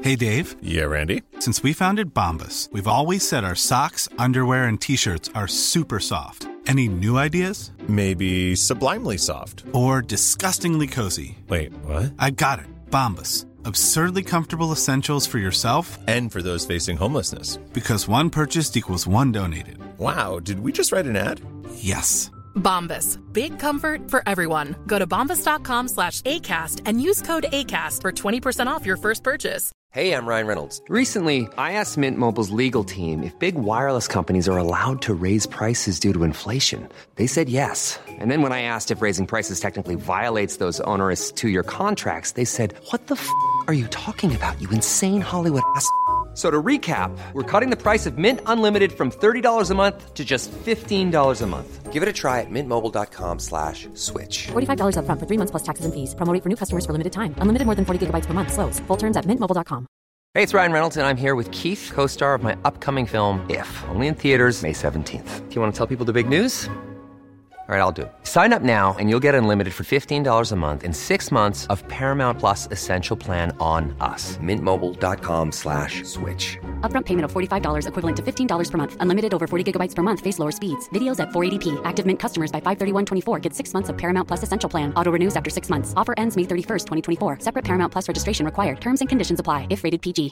Hey, Dave. Yeah, Randy. Since we founded Bombas, we've always said our socks, underwear, and T-shirts are super soft. Any new ideas? Maybe sublimely soft. Or disgustingly cozy. Wait, what? I got it. Bombas. Absurdly comfortable essentials for yourself and for those facing homelessness. Because one purchased equals one donated. Wow, did we just write an ad? Yes. Bombas. Big comfort for everyone. Go to bombas.com/ACAST and use code ACAST for 20% off your first purchase. Hey, I'm Ryan Reynolds. Recently, I asked Mint Mobile's legal team if big wireless companies are allowed to raise prices due to inflation. They said yes. And then when I asked if raising prices technically violates those onerous 2-year contracts, they said, "What the f*** are you talking about, you insane Hollywood ass?" So to recap, we're cutting the price of Mint Unlimited from $30 a month to just $15 a month. Give it a try at mintmobile.com/switch. $45 up front for 3 months plus taxes and fees. Promo rate for new customers for limited time. Unlimited more than 40 gigabytes per month. Slows full terms at mintmobile.com. Hey, it's Ryan Reynolds, and I'm here with Keith, co-star of my upcoming film, If, only in theaters May 17th. Do you want to tell people the big news? All right, I'll do it. Sign up now and you'll get unlimited for $15 a month and 6 months of Paramount Plus Essential Plan on us. mintmobile.com/switch. Upfront payment of $45 equivalent to $15 per month. Unlimited over 40 gigabytes per month. Face lower speeds. Videos at 480p. Active Mint customers by 531.24 get 6 months of Paramount Plus Essential Plan. Auto renews after 6 months. Offer ends May 31st, 2024. Separate Paramount Plus registration required. Terms and conditions apply if rated PG.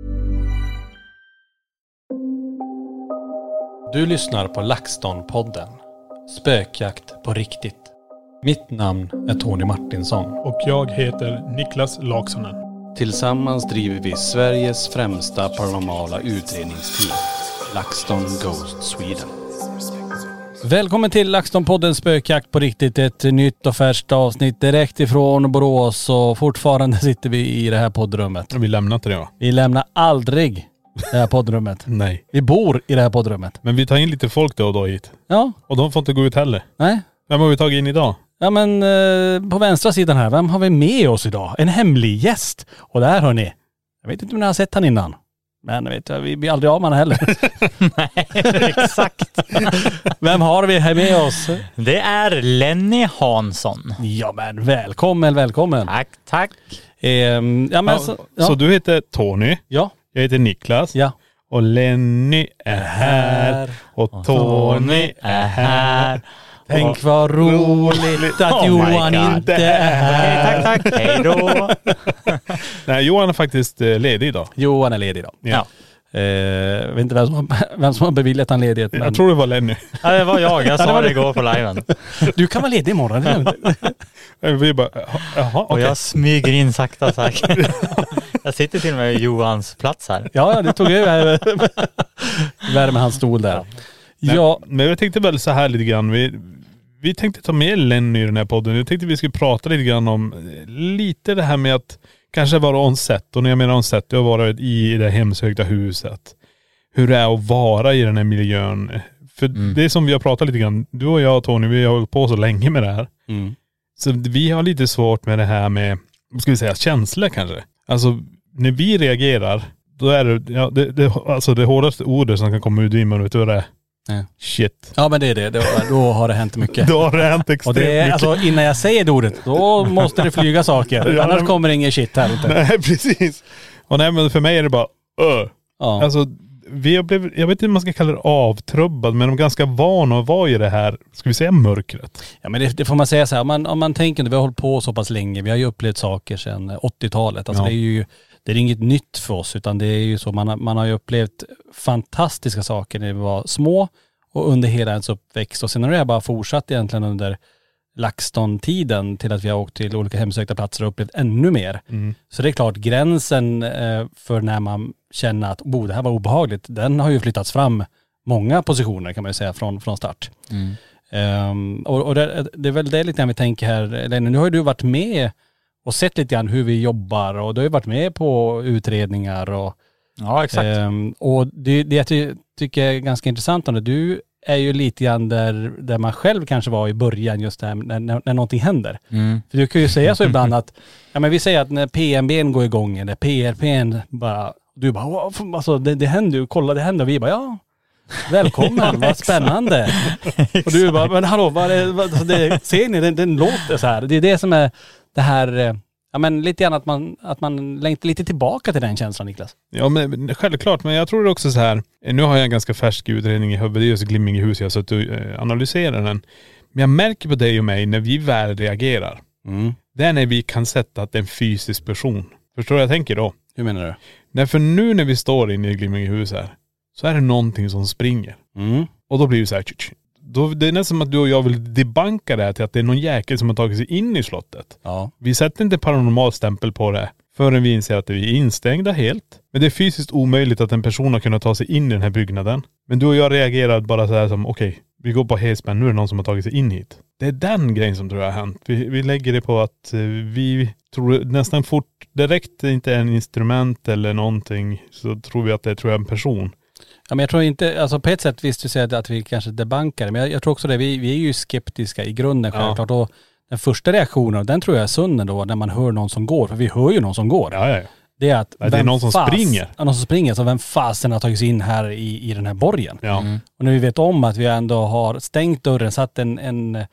Du lyssnar på LaxTon-podden. Spökjakt på riktigt. Mitt namn är Tony Martinsson. Och jag heter Niklas Laksonen. Tillsammans driver vi Sveriges främsta paranormala utredningsteam, LaxTon Ghost Sweden. Välkommen till LaxTon-podden Spökjakt på riktigt. Ett nytt och färskt avsnitt direkt ifrån Borås, och fortfarande sitter vi i det här poddrummet. Vi lämnar inte det, va? Vi lämnar aldrig det här poddrummet. Nej. Vi bor i det här poddrummet. Men vi tar in lite folk då och då hit. Ja. Och de får inte gå ut heller. Nej. Vem har vi tagit in idag? Ja, men på vänstra sidan här, vem har vi med oss idag? En hemlig gäst. Och där hör ni. Jag vet inte om ni har sett han innan. Men vet jag, vi blir aldrig av med han heller. Nej, exakt. Vem har vi här med oss? Det är Lenny Hansson. Ja, men välkommen. Tack. Ja, men så du heter Tony. Ja. Jag heter Niklas. Ja. Och Lenny är här. Och Tony är här. Tänk vad roligt att Johan inte är här. Tack. Hej då. Nej, Johan är faktiskt ledig idag. Johan är ledig idag. Ja. Jag vet inte vem som har beviljat han ledighet. Men... Jag tror det var Lenny. Ja, det var jag sa det igår på liven. Du kan vara ledig imorgon. Vi bara, jaha, och jag smyger in sakta säkert. Jag sitter till och med i Johans plats här. Ja, du tog över värme hans stol där. Ja. Men jag tänkte väl så här lite grann. Vi tänkte ta med Lenny i den här podden. Jag tänkte vi skulle prata lite grann om lite det här med att kanske vara on-set. Och när jag menar on-set, jag har varit i det hemsökta huset. Hur det är att vara i den här miljön. För det är som vi har pratat lite grann. Du och jag, Tony, vi har hållit på så länge med det här. Mm. Så vi har lite svårt med det här med, ska vi säga, känslor kanske. Alltså, när vi reagerar, då är det, ja, alltså det hårdaste ordet som kan komma ut i mun, vet du vad det är? Ja. Shit. Ja, men det är det. Då har det hänt mycket. Då har det hänt extremt mycket. Alltså, innan jag säger det ordet, då måste det flyga saker. Ja, annars kommer det ingen shit här inte. Nej, precis. Och nej, men för mig är det bara Ja. Alltså, jag vet inte om man ska kalla det avtrubbad, men de är ganska vana att vara i det här, ska vi säga, mörkret. Ja, men det får man säga så här. Om man tänker, vi har hållit på så pass länge. Vi har ju upplevt saker sedan 80-talet. Alltså det är inget nytt för oss, utan det är ju så, man har ju upplevt fantastiska saker när vi var små och under hela ens uppväxt. Och sen har det bara fortsatt egentligen under LaxTon-tiden till att vi har åkt till olika hemsökta platser och upplevt ännu mer. Mm. Så det är klart, gränsen för när man känner att det här var obehagligt, den har ju flyttats fram många positioner, kan man ju säga, från start. Och det är väl det lite grann vi tänker här. Lenny, nu har ju du varit med och sett lite grann hur vi jobbar, och du har ju varit med på utredningar och ja, exakt. Och det jag tycker är ganska intressant, du är ju lite grann där man själv kanske var i början, just det här när någonting händer. För du kan ju säga så ibland att, ja, men vi säger att när PMB:n går igång eller PRP:n bara, du bara, alltså det händer ju, kolla det händer, och vi bara, ja, välkommen, vad spännande. Och du bara, men hallå, ser ni, den låter så här. Det är det som är det här, Ja, men lite grann att man längtar lite tillbaka till den känslan, Niklas. Ja, men självklart. Men jag tror också så här. Nu har jag en ganska färsk utredning i huvudet. Det är just Glimmingehus. Jag har suttit och analyserar den. Men jag märker på dig och mig när vi väl reagerar. Det är när vi kan sätta att det är en fysisk person. Förstår du vad jag tänker då? Hur menar du? Nej, för nu när vi står inne i Glimmingehus här, så är det någonting som springer. Och då blir det så här. Det är nästan som att du och jag vill debanka det här till att det är någon jäkel som har tagit sig in i slottet. Ja. Vi sätter inte paranormal stämpel på det förrän vi inser att vi är instängda helt. Men det är fysiskt omöjligt att en person har kunnat ta sig in i den här byggnaden. Men du och jag reagerar bara så här som okej, vi går på helspänn, nu är det någon som har tagit sig in hit. Det är den grejen som tror jag har hänt. Vi lägger det på att vi tror nästan fort, direkt inte är en instrument eller någonting, så tror vi att det är en person. Ja, men jag tror inte, alltså på ett sätt visst du säger att vi kanske debankar, men jag tror också det, vi är ju skeptiska i grunden självklart. Och den första reaktionen, den tror jag är sund då, när man hör någon som går, för vi hör ju någon som går. Ja. Det är att det är någon som springer. Ja, någon som springer, så vem fasen har tagit sig in här i den här borgen. Ja. Och när vi vet om att vi ändå har stängt dörren, satt en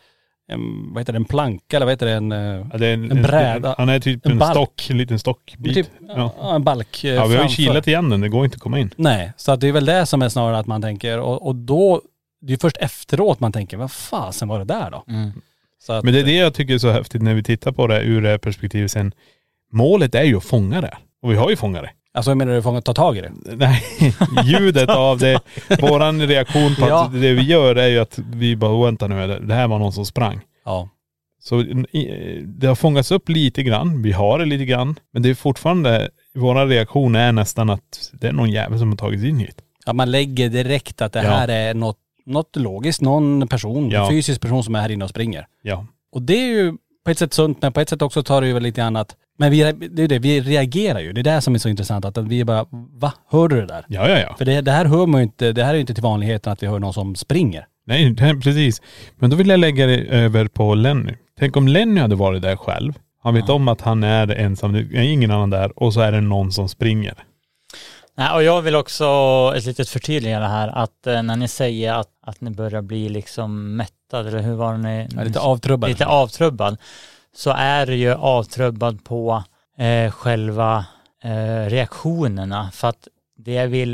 vad heter det, en planka eller vad heter det, en bräda. Han är typ en stock, en liten stockbit. Typ, en balk. Ja, vi har ju kilat igen den, det går inte att komma in. Nej, så att det är väl det som är snarare att man tänker, och då, det är först efteråt man tänker, vad fasen var det där då? Så att, men det är det jag tycker är så häftigt när vi tittar på det ur det perspektivet sen. Målet är ju att fånga det. Och vi har ju fångat det. Alltså jag menar du fångat ta tag i det? Nej, ljudet av det. Våran reaktion på att det vi gör är ju att vi bara, vänta nu, det här var någon som sprang. Ja. Så det har fångats upp lite grann. Vi har det lite grann. Men det är fortfarande, våra reaktion är nästan att det är någon jävel som har tagit in hit. Ja, man lägger direkt att det här är något logiskt. Någon person, en fysisk person som är här inne och springer. Ja. Och det är ju på ett sätt sunt, men på ett sätt också tar det ju väl lite annat. Men vi reagerar ju. Det är det som är så intressant, att vi bara, va? Hör du det där? Ja. För det här hör man ju inte, det här är ju inte till vanligheten att vi hör någon som springer. Nej, precis. Men då vill jag lägga det över på Lenny. Tänk om Lenny hade varit där själv. Han vet om att han är ensam, det är ingen annan där, och så är det någon som springer. Nej, och jag vill också ett litet förtydligande här, att när ni säger att ni börjar bli liksom mättad, eller hur var ni? Lite avtrubbad. Lite avtrubbad. Så är det ju avtrubbad på själva reaktionerna. För att det jag vill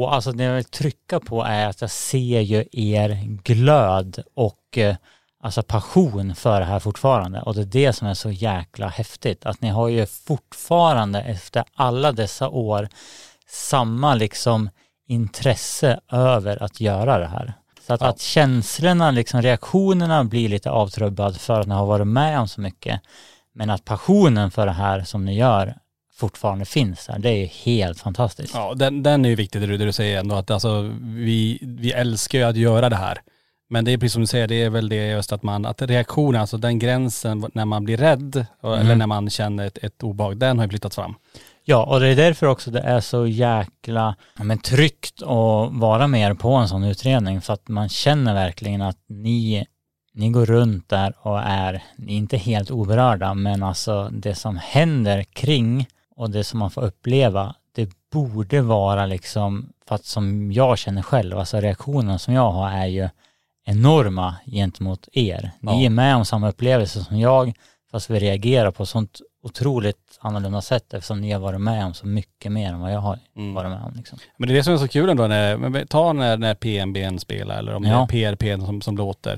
trycka på är att jag ser ju er glöd och alltså passion för det här fortfarande. Och det är det som är så jäkla häftigt. Att ni har ju fortfarande efter alla dessa år samma liksom intresse över att göra det här. Så att känslorna, liksom reaktionerna blir lite avtrubbad för att ni har varit med om så mycket. Men att passionen för det här som ni gör fortfarande finns här, det är ju helt fantastiskt. Ja, den är ju viktig det du säger ändå, att alltså, vi älskar ju att göra det här. Men det är precis som du säger, det är väl det just att reaktionen, alltså den gränsen när man blir rädd eller när man känner ett obehag, den har ju flyttats fram. Ja, och det är därför också det är så jäkla tryggt att vara med er på en sån utredning, för att man känner verkligen att ni går runt där och är inte helt oberörda, men alltså det som händer kring och det som man får uppleva, det borde vara liksom, för att som jag känner själv, alltså reaktionen som jag har är ju enorma gentemot er. Ni är med om samma upplevelse som jag, fast vi reagerar på sånt otroligt annorlunda sätt, eftersom ni har varit med om så mycket mer än vad jag har varit med om. Liksom. Men det är det som är så kul ändå, när PNB:n spelar, eller om det är PRP som låter.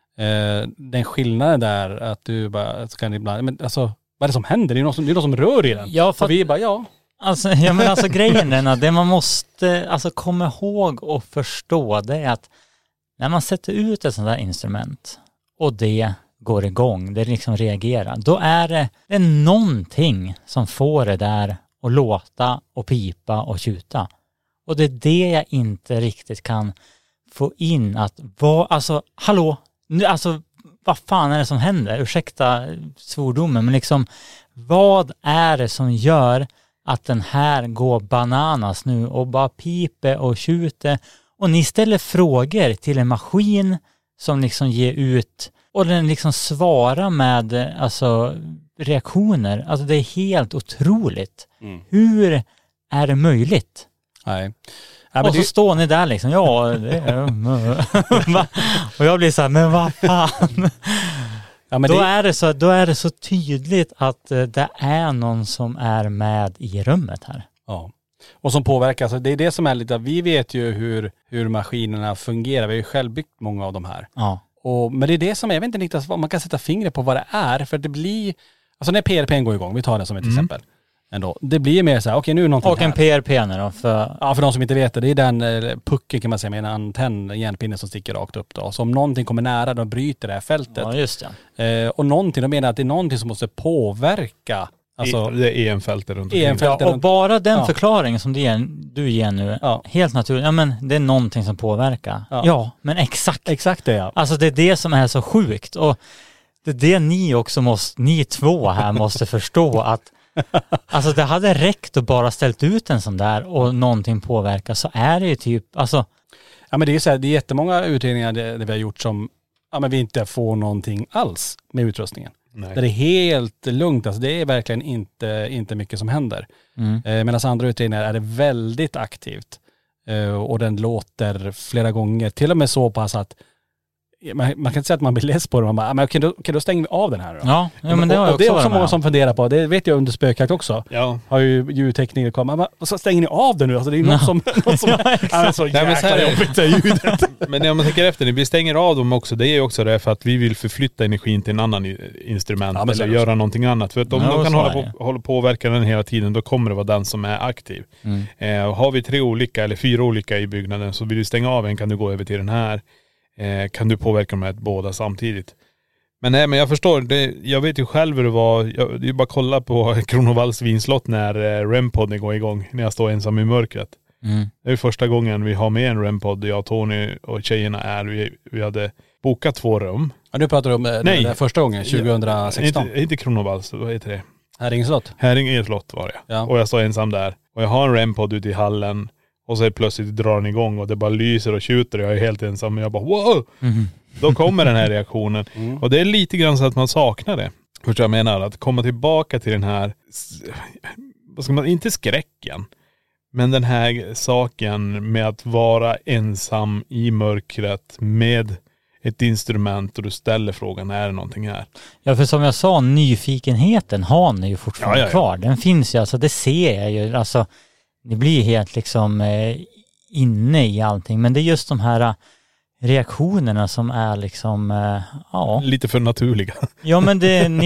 Den skillnaden där, att du bara kan ibland, men alltså vad är det som händer? Det är någon som rör i den. Ja, för och vi bara Alltså grejen är att det man måste komma ihåg och förstå, det är att när man sätter ut ett sånt där instrument och det går igång, det liksom reagerar, då är det någonting som får det där att låta och pipa och tjuta. Och det är det jag inte riktigt kan få in, att vad fan är det som händer? Ursäkta svordomen, men liksom vad är det som gör att den här går bananas nu och bara piper och tjuter, och ni ställer frågor till en maskin som liksom ger ut, och den liksom svarar med reaktioner. Alltså det är helt otroligt. Hur är det möjligt? Nej. Och så står ni där liksom, och jag blir så här, men vad fan? Ja, men då är det så tydligt att det är någon som är med i rummet här. Ja. Och som påverkar, alltså det är det som är lite, vi vet ju hur maskinerna fungerar. Vi har ju själv byggt många av de här. Ja. Men det är det som, jag vet inte riktigt vad man kan sätta fingret på vad det är. För det blir, alltså när PRPn går igång, vi tar det som ett exempel. Ändå. Det blir mer så här, okej, nu är någonting och en PRP nu då? För de som inte vet det är den pucken kan man säga med en antenn, järnpinne som sticker rakt upp då. Så om någonting kommer nära, då bryter det här fältet. Ja, just det. Och någonting, de menar att det är någonting som måste påverka. Alltså, det är EM-fältet runt omkring. Ja, och bara den förklaringen som du ger nu, helt naturligt, ja men det är någonting som påverkar. Ja, men exakt det, ja. Alltså det är det som är så sjukt. Och det är det ni två här måste förstå, att alltså det hade räckt att bara ställt ut en sån där och någonting påverkar, så är det ju typ, alltså. Ja, men det är så här, det är jättemånga utredningar där vi har gjort som, men vi inte får någonting alls med utrustningen. Nej. Det är helt lugnt, alltså det är verkligen inte mycket som händer. Medan andra utredningar är det väldigt aktivt. Och den låter flera gånger, till och med så pass att man kan inte säga att man blir less på det. Man bara, men okej, då stänger vi av den här då. Ja, men det har jag också. Det är också många som funderar på. Det vet jag under spökjakt också. Ja. Har ju ljudtekniker kommit. Och så stänger ni av den nu. Alltså det är ju något som så jäkla jobbigt är ljudet. Men om man tänker efter, vi stänger av dem också. Det är ju också det för att vi vill förflytta energin till en annan instrument eller göra någonting annat. För att om de kan hålla påverka den hela tiden, då kommer det vara den som är aktiv. Har vi 3 olika eller 4 olika i byggnaden, så vill du stänga av en, kan du gå över till den här. Kan du påverka med båda samtidigt. Men jag förstår, jag vet ju själv hur det var. Det är ju bara kolla på Kronovalls vinslott när REM-podden går igång, när jag står ensam i mörkret. Det är ju första gången vi har med en REM-podd. Jag, Tony och tjejerna vi hade bokat 2 rum. Ja, nu pratar du om det första gången, 2016. Inte Kronovalls, vad heter det? Häringe slott var det. Ja. Och jag står ensam där. Och jag har en REM-podd ute i hallen. Och så plötsligt drar den igång och det bara lyser och tjuter och jag är helt ensam. Och jag bara wow! Då kommer den här reaktionen. Och det är lite grann så att man saknar det. Förstår jag menar? Att komma tillbaka till den här, vad ska man, inte skräcken. Men den här saken med att vara ensam i mörkret med ett instrument och du ställer frågan, är det någonting här? Ja, för som jag sa, nyfikenheten har ni ju fortfarande kvar. Den finns ju, alltså det ser jag ju, alltså. Det blir helt liksom inne i allting. Men det är just de här reaktionerna som är liksom, lite för naturliga. Ja, men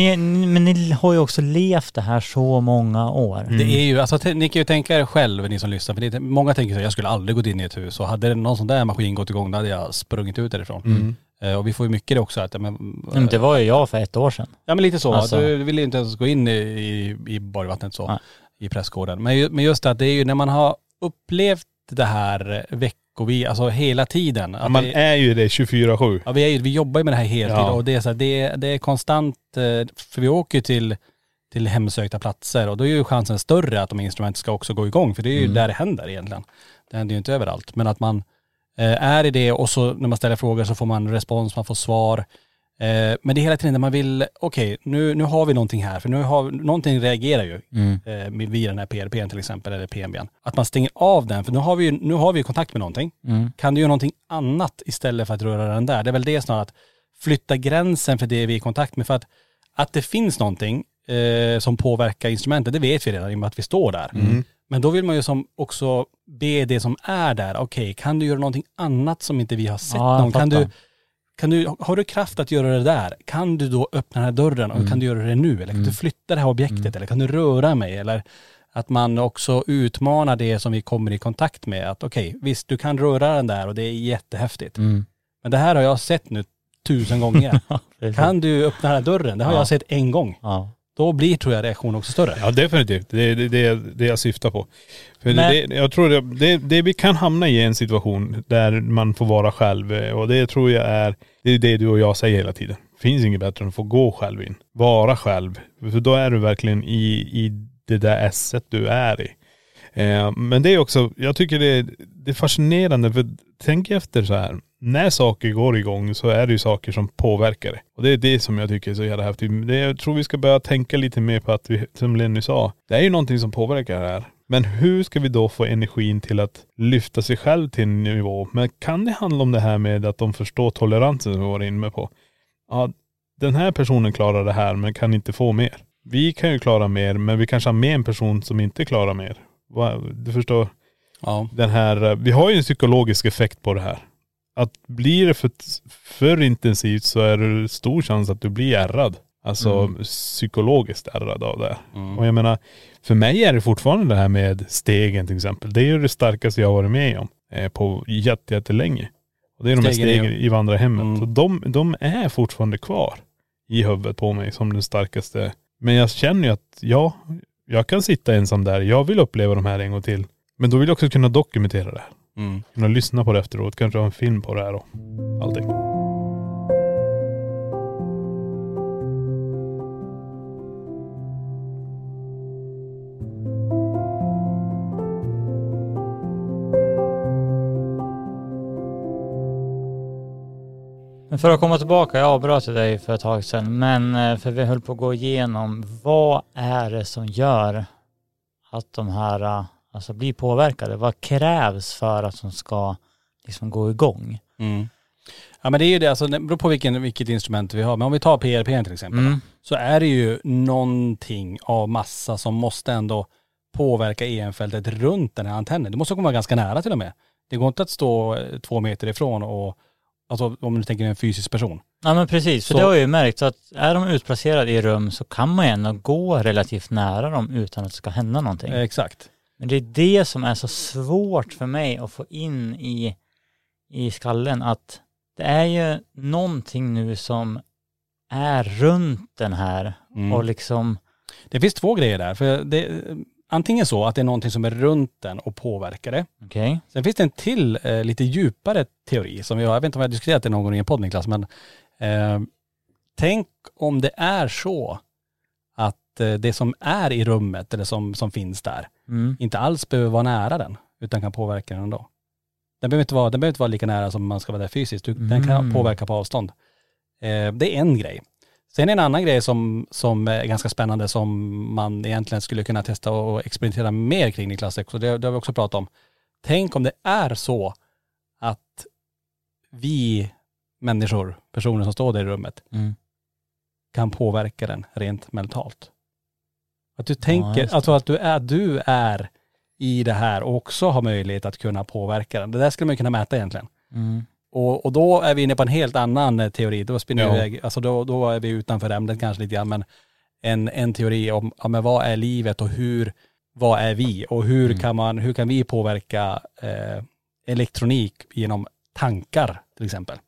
ni har ju också levt det här så många år. Det är ju, alltså ni kan ju tänka er själv, ni som lyssnar. För många tänker så, jag skulle aldrig gått in i ett hus. Och hade någon sån där maskin gått igång, då hade jag sprungit ut därifrån. Och vi får ju mycket det också. Men det var ju jag för 1 år sedan. Ja, men lite så. Alltså. Du ville inte ens gå in i Borgvattnet så. Nej. I pressgården. Men just att det är ju när man har upplevt det här alltså hela tiden. Ja, man är ju det 24/7. Ja, vi jobbar ju med det här hela tiden. Och det är så här, det är konstant, för vi åker ju till hemsökta platser och då är ju chansen större att de instrumenten ska också gå igång, för det är ju där det händer egentligen. Det händer ju inte överallt, men att man är i det och så när man ställer frågor så får man respons, man får svar. Men det är hela tiden när man vill, okej, nu har vi någonting här, för någonting reagerar ju vid den här PRPn till exempel, eller PMBn. Att man stänger av den, för nu har vi kontakt med någonting. Kan du göra någonting annat istället för att röra den där? Det är väl det snarare, att flytta gränsen för det vi är i kontakt med. För att det finns någonting som påverkar instrumentet, det vet vi redan i och med att vi står där. Men då vill man ju som också be det som är där, okej, kan du göra någonting annat som inte vi har sett? Har du kraft att göra det där? Kan du då öppna den här dörren och kan du göra det nu? Eller kan du flytta det här objektet? Eller kan du röra mig? Eller att man också utmanar det som vi kommer i kontakt med. Att okej, visst, du kan röra den där och det är jättehäftigt. Men det här har jag sett nu 1000 gånger. Kan du öppna den här dörren? Det har jag sett en gång. Då blir, tror jag, reaktionen också större. Ja, definitivt. Det är det jag syftar på. För jag tror vi kan hamna i en situation där man får vara själv. Och det tror jag är det du och jag säger hela tiden. Det finns inget bättre än att få gå själv in. Vara själv. För då är du verkligen i det där esset du är i. Men det är också, jag tycker det är fascinerande. För tänk efter så här. När saker går igång så är det ju saker som påverkar det. Och det är det som jag tycker är så jävla häftigt. Jag tror vi ska börja tänka lite mer på att vi, som Lenny sa, det är ju någonting som påverkar det här. Men hur ska vi då få energin till att lyfta sig själv till en nivå? Men kan det handla om det här med att de förstår toleransen som vi var inne på? Ja, den här personen klarar det här men kan inte få mer. Vi kan ju klara mer, men vi kanske har med en person som inte klarar mer. Du förstår? Ja. Den här, vi har ju en psykologisk effekt på det här. Att blir det för intensivt så är det stor chans att du blir ärrad. Alltså psykologiskt ärrad av det. Och jag menar, för mig är det fortfarande det här med stegen till exempel. Det är ju det starkaste jag har varit med om på jättelänge. Och det är de här stegen i vandrarhemmet. Och de är fortfarande kvar i huvudet på mig som den starkaste. Men jag känner ju att jag kan sitta ensam där. Jag vill uppleva de här en gång till. Men då vill jag också kunna dokumentera det här. Kunna lyssna på det efteråt. Kanske ha en film på det här och allting. Men för att komma tillbaka, jag avbröt dig för ett tag sedan, men för vi höll på att gå igenom vad är det som gör att de här alltså blir påverkade? Vad krävs för att de ska liksom gå igång? Ja, men det är ju det, alltså det beror på vilket instrument vi har. Men om vi tar PRP till exempel så är det ju någonting av massa som måste ändå påverka EM-fältet runt den här antennen. Det måste komma ganska nära till och med. Det går inte att stå 2 meter ifrån och alltså om du tänker en fysisk person. Ja men precis, för det har jag ju märkt att är de utplacerade i rum så kan man ju ändå gå relativt nära dem utan att det ska hända någonting. Exakt. Men det är det som är så svårt för mig att få in i skallen, att det är ju någonting nu som är runt den här och liksom... Det finns 2 grejer där, för det antingen så att det är någonting som är runt den och påverkar det. Okay. Sen finns det en till lite djupare teori som jag vet inte om jag har diskuterat det någon gång i en podd, Niklas, men tänk om det är så att det som är i rummet eller som finns där inte alls behöver vara nära den utan kan påverka den ändå. Den behöver inte vara lika nära som man ska vara där fysiskt. Den kan påverka på avstånd. Det är en grej. Sen en annan grej som är ganska spännande som man egentligen skulle kunna testa och experimentera mer kring i klass 6. Och det har vi också pratat om. Tänk om det är så att vi människor, personer som står där i rummet kan påverka den rent mentalt. Att du tänker, alltså att du är i det här och också har möjlighet att kunna påverka den. Det där skulle man kunna mäta egentligen. Och då är vi inne på en helt annan teori. Då spinner vi iväg, alltså då är vi utanför ämnet kanske lite grann, men en teori om men vad är livet och vad är vi och hur kan vi påverka elektronik genom tankar till exempel.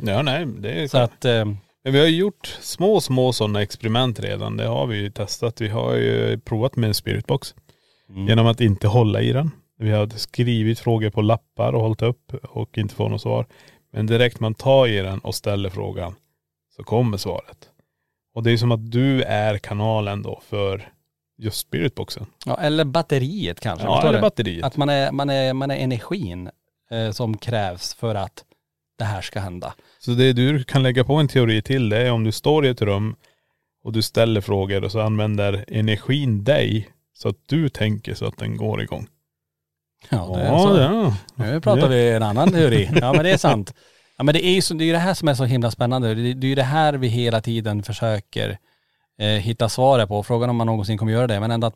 Det är så att vi har gjort små sådana experiment redan. Det har vi ju testat. Vi har ju provat med en spiritbox genom att inte hålla i den. Vi har skrivit frågor på lappar och hållit upp och inte fått något svar. Men direkt man tar i den och ställer frågan så kommer svaret. Och det är som att du är kanalen då för just spiritboxen. Ja, eller batteriet kanske. Ja, eller batteriet. Att man är energin som krävs för att det här ska hända. Så det du kan lägga på en teori till det är om du står i ett rum och du ställer frågor och så använder energin dig så att du tänker så att den går igång. Ja, det är så. Nu pratar vi en annan teori. Ja, men det är sant. Ja, men det är ju det här som är så himla spännande. Det är ju det här vi hela tiden försöker hitta svaret på. Frågan om man någonsin kommer göra det. Men ändå att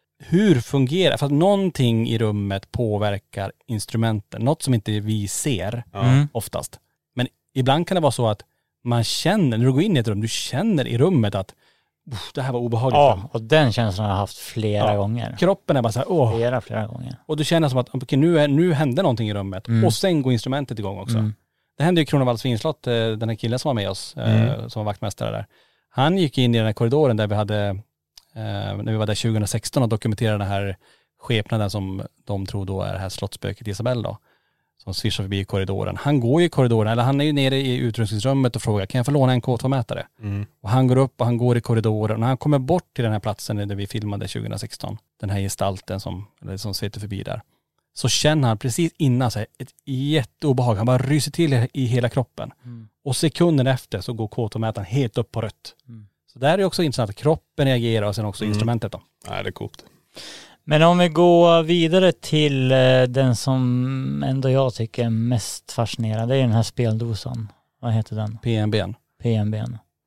hur fungerar, för att någonting i rummet påverkar instrumenten. Något som inte vi ser oftast. Men ibland kan det vara så att man känner, när du går in i ett rum, du känner i rummet att det här var obehagligt. Ja, och den känslan har jag haft flera gånger. Kroppen är bara så här, flera gånger. Och du känner som att okay, nu hände någonting i rummet. Och sen går instrumentet igång också. Det hände ju i Kronovalls vinslott, den här killen som var med oss, som var vaktmästare där. Han gick in i den här korridoren där vi hade, när vi var där 2016 och dokumenterade den här skepnaden som de tror då är det här slottsspöket Isabel då. Som svischar förbi korridoren. Han går i korridoren, eller han är ju nere i utrustningsrummet och frågar, kan jag få låna en K2-mätare? Och han går upp och han går i korridoren. Och när han kommer bort till den här platsen där vi filmade 2016, den här gestalten som svetter förbi där, så känner han precis innan sig ett jätteobehag. Han bara ryser till i hela kroppen. Och sekunden efter så går K2-mätaren helt upp på rött. Så där är det också intressant att kroppen reagerar och sen också instrumentet då. Nej, det är coolt. Men om vi går vidare till den som ändå jag tycker är mest fascinerande, det är den här speldosan. Vad heter den? PNB:n.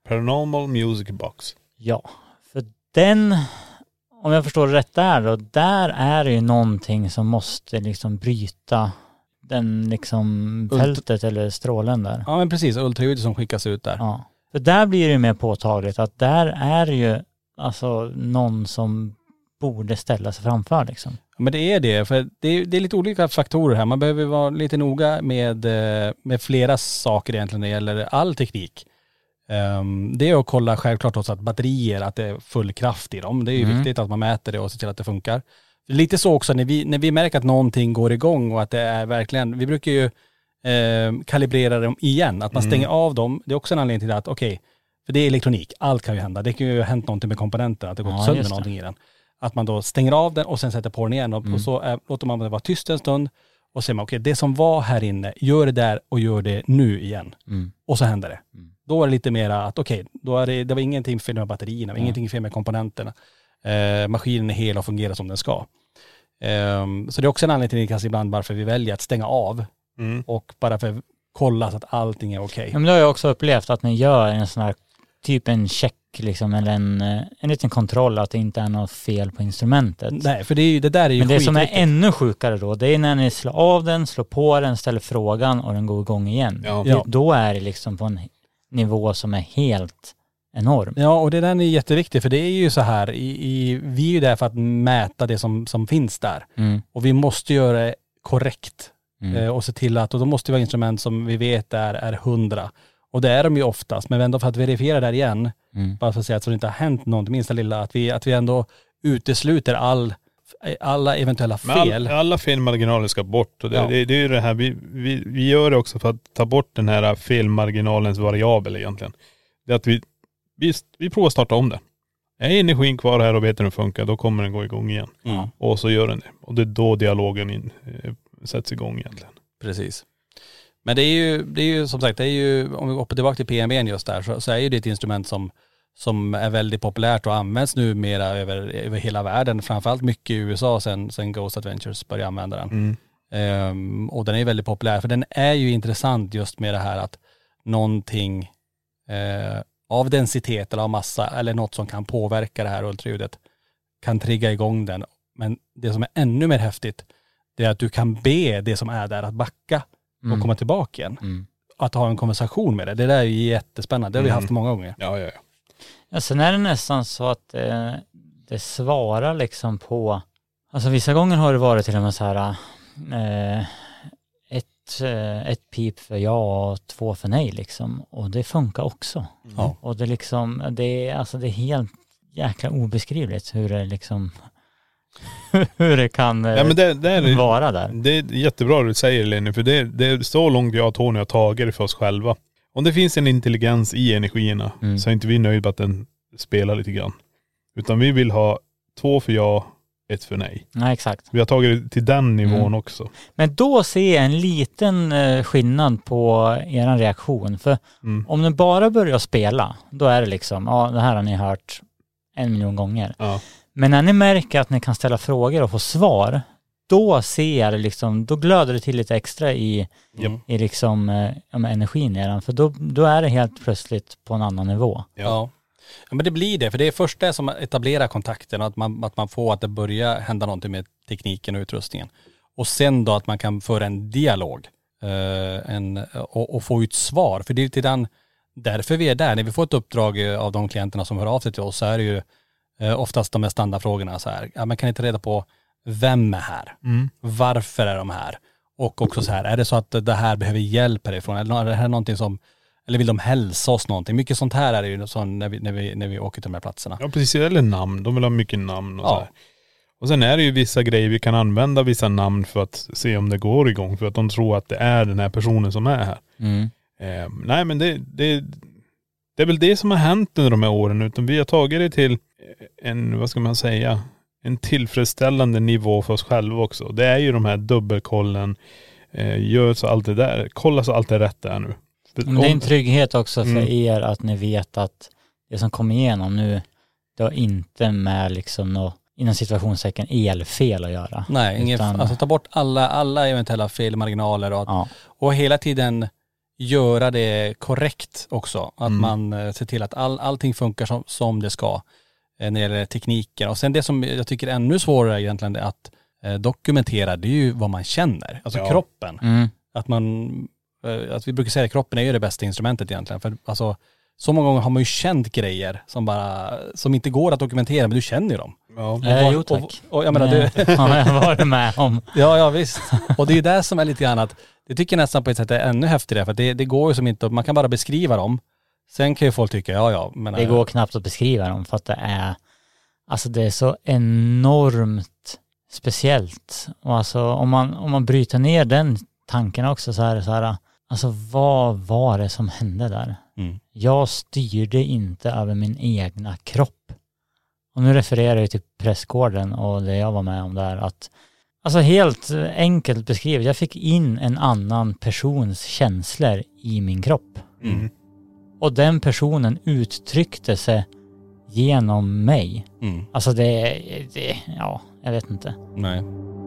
Paranormal Music Box. Ja, för den, om jag förstår rätt där är det ju någonting som måste liksom bryta den liksom fältet eller strålen där. Ja men precis, ultraljudet som skickas ut där. Ja, för där blir det ju mer påtagligt att där är ju alltså någon som borde ställa sig framför liksom. Men det är det, för det är lite olika faktorer här. Man behöver vara lite noga med flera saker egentligen när det gäller all teknik. Det är att kolla självklart också att batterier, att det är full kraft i dem. Det är ju viktigt att man mäter det och ser till att det funkar. Lite så också när vi märker att någonting går igång och att det är verkligen, vi brukar ju kalibrera dem igen. Att man stänger av dem, det är också en anledning till att för det är elektronik, allt kan ju hända. Det kan ju ha hänt någonting med komponenten, att det gått sönder någonting i den. Att man då stänger av den och sen sätter på den igen och så låter man det vara tyst en stund och säger man det som var här inne, gör det där och gör det nu igen. Och så händer det. Då är det lite mera att då är det var ingenting fel med batterierna, ingenting fel med komponenterna. Maskinen är hel och fungerar som den ska. Så det är också en anledning till kanske ibland varför vi väljer att stänga av och bara för att kolla så att allting är okej. Men då har jag också upplevt att ni gör en sån här typ en check liksom, eller en liten kontroll att det inte är något fel på instrumentet. Nej, för det där är ju men det som är ännu sjukare då, det är när ni slår av den, slår på den, ställer frågan och den går igång igen. Ja. Då är det liksom på en nivå som är helt enorm. Ja, och det där är jätteviktigt, för det är ju så här, vi är ju där för att mäta det som finns där. Och vi måste göra det korrekt och se till att, och då måste det vara instrument som vi vet är 100. Och det är de ju oftast, men ändå för att verifiera där igen, bara för att säga att det inte har hänt något, minsta lilla, att vi ändå utesluter alla eventuella fel. Alla felmarginaler ska bort. Och det är ju det här, vi gör det också för att ta bort den här felmarginalens variabel egentligen. Det är att vi provar att starta om det. Är energin kvar här och vet hur den funkar, då kommer den gå igång igen. Och så gör den det. Och det är då dialogen sätts igång egentligen. Precis. Men det är ju som sagt, om vi går tillbaka till PMB:n just där, så är ju det ett instrument som är väldigt populärt och används numera över hela världen. Framförallt mycket i USA sen Ghost Adventures började använda den. Och den är väldigt populär, för den är ju intressant just med det här att någonting av densitet eller av massa eller något som kan påverka det här ultraljudet kan trigga igång den. Men det som är ännu mer häftigt, det är att du kan be det som är där att backa och komma tillbaka igen. Att ha en konversation med det. Det där är ju jättespännande. Det har vi haft många gånger. Ja, sen är det nästan så att det svarar liksom på, alltså vissa gånger har det varit till och med så här ett pip för ja och 2 för nej liksom. Och det funkar också. Och det liksom, det är helt jäkla obeskrivligt hur det liksom hur det kan vara där. Det är jättebra du säger, Lenny, för det är så långt jag och Tony har tagit det för oss själva. Om det finns en intelligens i energierna så är inte vi nöjda att den spelar lite grann. Utan vi vill ha 2 för ja, 1 för nej. Nej, exakt. Vi har tagit det till den nivån också. Men då ser jag en liten skillnad på er reaktion. För om den bara börjar spela, då är det liksom, det här har ni hört 1 miljon gånger. Ja. Men när ni märker att ni kan ställa frågor och få svar, då ser jag det liksom, då glöder det till lite extra i liksom energin i den. För då är det helt plötsligt på en annan nivå. Ja, men det blir det. För det är först det som etablerar kontakten och att man får att det börjar hända någonting med tekniken och utrustningen. Och sen då att man kan föra en dialog och få ut svar. För det är till därför vi är där. När vi får ett uppdrag av de klienterna som hör av sig till oss, så är det ju oftast de här standardfrågorna så här. Man kan inte reda på vem är här? Varför är de här? Och också så här, är det så att det här behöver hjälp härifrån? Eller är det här någonting som, eller vill de hälsa oss någonting? Mycket sånt här är det ju så när vi åker till de här platserna. Ja, precis. Eller namn. De vill ha mycket namn och så här. Och sen är det ju vissa grejer, vi kan använda vissa namn för att se om det går igång. För att de tror att det är den här personen som är här. Nej, men det är väl det som har hänt under de här åren. Utan vi har tagit det till en, vad ska man säga, en tillfredsställande nivå för oss själva också. Det är ju de här dubbelkollen, gör så allt det där, kolla så allt är rätt där nu. Men det är en trygghet också för er att ni vet att det som kommer igenom nu, det har inte med liksom något, inom situationstecken, elfel att göra. Nej, alltså ta bort alla eventuella felmarginaler och hela tiden göra det korrekt också. Att man ser till att allting funkar som det ska när det gäller tekniken. Och sen det som jag tycker är ännu svårare egentligen är att dokumentera, det är ju vad man känner. Alltså kroppen. Att vi brukar säga att kroppen är ju det bästa instrumentet egentligen. För alltså, så många gånger har man ju känt grejer som inte går att dokumentera, men du känner ju dem. Ja. Jo tack. Och jag menar, du... ja, jag var med om. Ja visst. Och det är ju det som är lite grann att, det tycker jag nästan på ett sätt är ännu häftigare, för att det går ju som inte, man kan bara beskriva dem. Sen kan ju folk tycka, men... Det går knappt att beskriva dem, för att det är så enormt speciellt. Och alltså om man bryter ner den tanken också, så är det så här, alltså vad var det som hände där? Jag styrde inte över min egna kropp. Och nu refererar jag till Prästgården och det jag var med om där, att alltså helt enkelt beskrivet, jag fick in en annan persons känslor i min kropp. Och den personen uttryckte sig genom mig. Alltså det jag vet inte. Nej.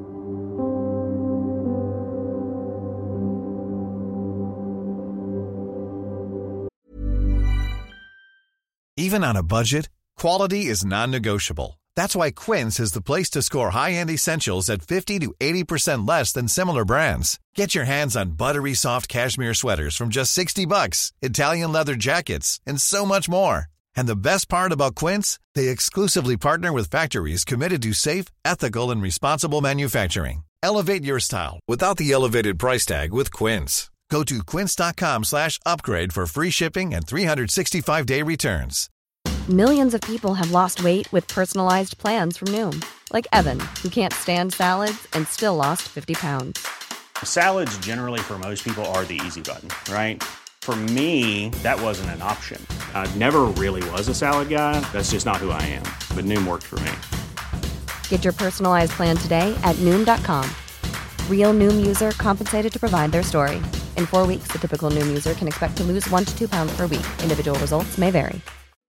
Even on a budget, quality is non-negotiable. That's why Quince is the place to score high-end essentials at 50 to 80% less than similar brands. Get your hands on buttery soft cashmere sweaters from just $60, Italian leather jackets, and so much more. And the best part about Quince, they exclusively partner with factories committed to safe, ethical, and responsible manufacturing. Elevate your style without the elevated price tag with Quince. Go to quince.com/upgrade for free shipping and 365-day returns. Millions of people have lost weight with personalized plans from Noom. Like Evan, who can't stand salads and still lost 50 pounds. Salads generally for most people are the easy button, right? For me, that wasn't an option. I never really was a salad guy. That's just not who I am. But Noom worked for me. Get your personalized plan today at Noom.com. Real Noom user compensated to provide their story. In 4 weeks, the typical Noom user can expect to lose 1 to 2 pounds per week. Individual results may vary.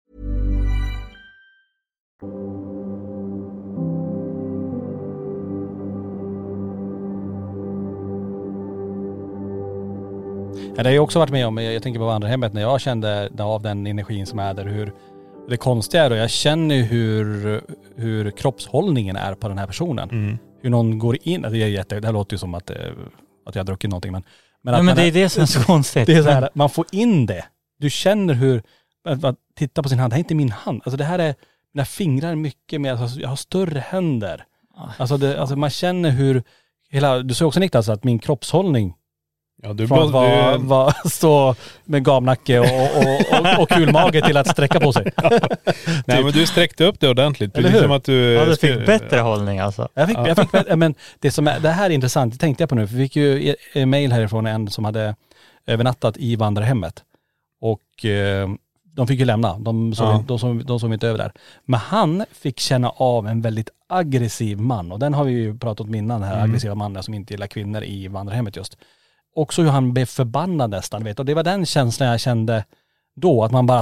Det har jag också varit med om, jag tänker på vandrarhemmet, när jag kände av den energin som är där, hur det konstiga är då, jag känner hur kroppshållningen är på den här personen. Hur någon går in, det här låter ju som att jag har druckit någonting, men det är det som är så konstigt. Det är så här, man får in det. Du känner hur, att titta på sin hand, det här är inte min hand. Alltså det här är mina fingrar mycket mer, alltså jag har större händer. Alltså man känner hur du sa också Niklas att min kroppshållning, ja, du var stå med gamnacke och kulmage till att sträcka på sig. Nej, men du sträckte upp det ordentligt. Eller som att du fick bättre hållning alltså. Jag fick bättre, men det här är intressant, det tänkte jag på nu. För vi fick ju en mejl härifrån en som hade övernattat i vandrarhemmet. Och de fick ju lämna. De som inte över där. Men han fick känna av en väldigt aggressiv man. Och den har vi ju pratat om innan, den här aggressiva mannen som inte gillar kvinnor i vandrarhemmet just. Också hur han blev förbannad nästan, vet. Och det var den känslan jag kände då, att man bara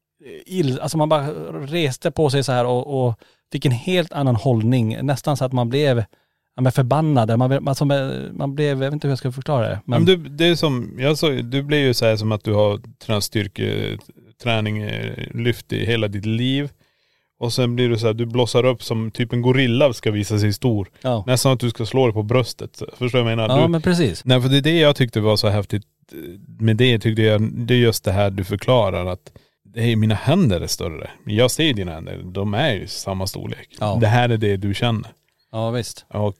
man bara reste på sig så här och fick en helt annan hållning, nästan så att man blev förbannad. Man blev, jag vet inte hur jag ska förklara det. Men det är som, du blir ju så här som att du har tränat styrketräning, lyft i hela ditt liv. Och sen blir du så här, du blossar upp som typ en gorilla ska visa sig stor. Ja. Nästan att du ska slå dig på bröstet. Förstår du vad jag menar? Ja, men precis. Nej, för det är det jag tyckte var så häftigt. Med det tyckte jag, det är just det här du förklarar, att mina händer är större. Jag ser dina händer, de är ju samma storlek. Ja. Det här är det du känner. Ja, visst. Och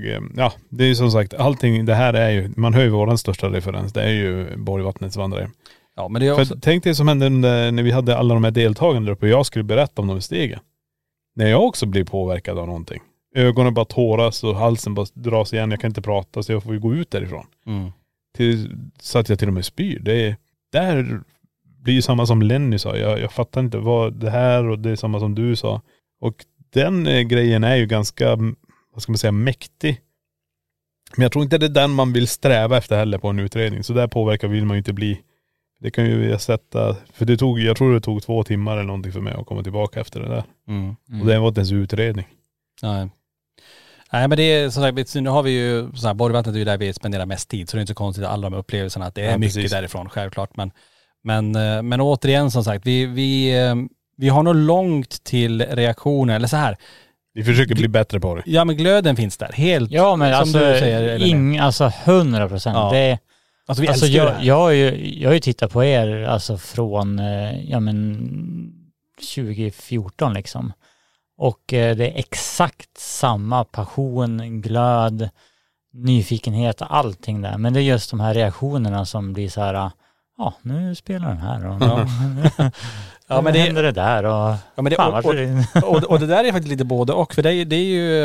det är ju som sagt, allting, det här är ju, man hör ju våran största referens, det är ju Borgvattnets vandrare. Ja, men det är också... Tänk dig som hände när vi hade alla de här deltagarna där uppe och jag skulle berätta om de stegen. När jag också blir påverkad av någonting. Ögonen bara tåras och halsen bara dras igen. Jag kan inte prata, så jag får ju gå ut därifrån. Så att jag till och med spyr. Där blir ju samma som Lenny sa. Jag fattar inte vad det här, och det är samma som du sa. Och den grejen är ju ganska, vad ska man säga, mäktig. Men jag tror inte det är den man vill sträva efter heller på en utredning. Så där påverkar vill man ju inte bli. Det kan ju jag sätta, för jag tror det tog 2 timmar eller någonting för mig att komma tillbaka efter det där. Och det var inte ens utredning. Nej. Nej men det är som sagt, nu har vi ju så här, Borgvattnet är ju där vi spenderar mest tid, så det är inte så konstigt att alla de upplevelserna, att det är mycket precis därifrån, självklart. Men återigen som sagt, vi har nog långt till reaktioner, eller så här. Vi försöker bli bättre på det. Ja men glöden finns där, helt. Ja men som alltså, du säger, alltså 100%. Ja. Det, alltså vi alltså älskar jag har ju tittat på er alltså från 2014 liksom. Och det är exakt samma passion, glöd, nyfikenhet, allting där. Men det är just de här reaktionerna som blir så här, ja nu spelar den här och ja, men det händer det där och ja, men det, och det där är faktiskt lite både och, för det är ju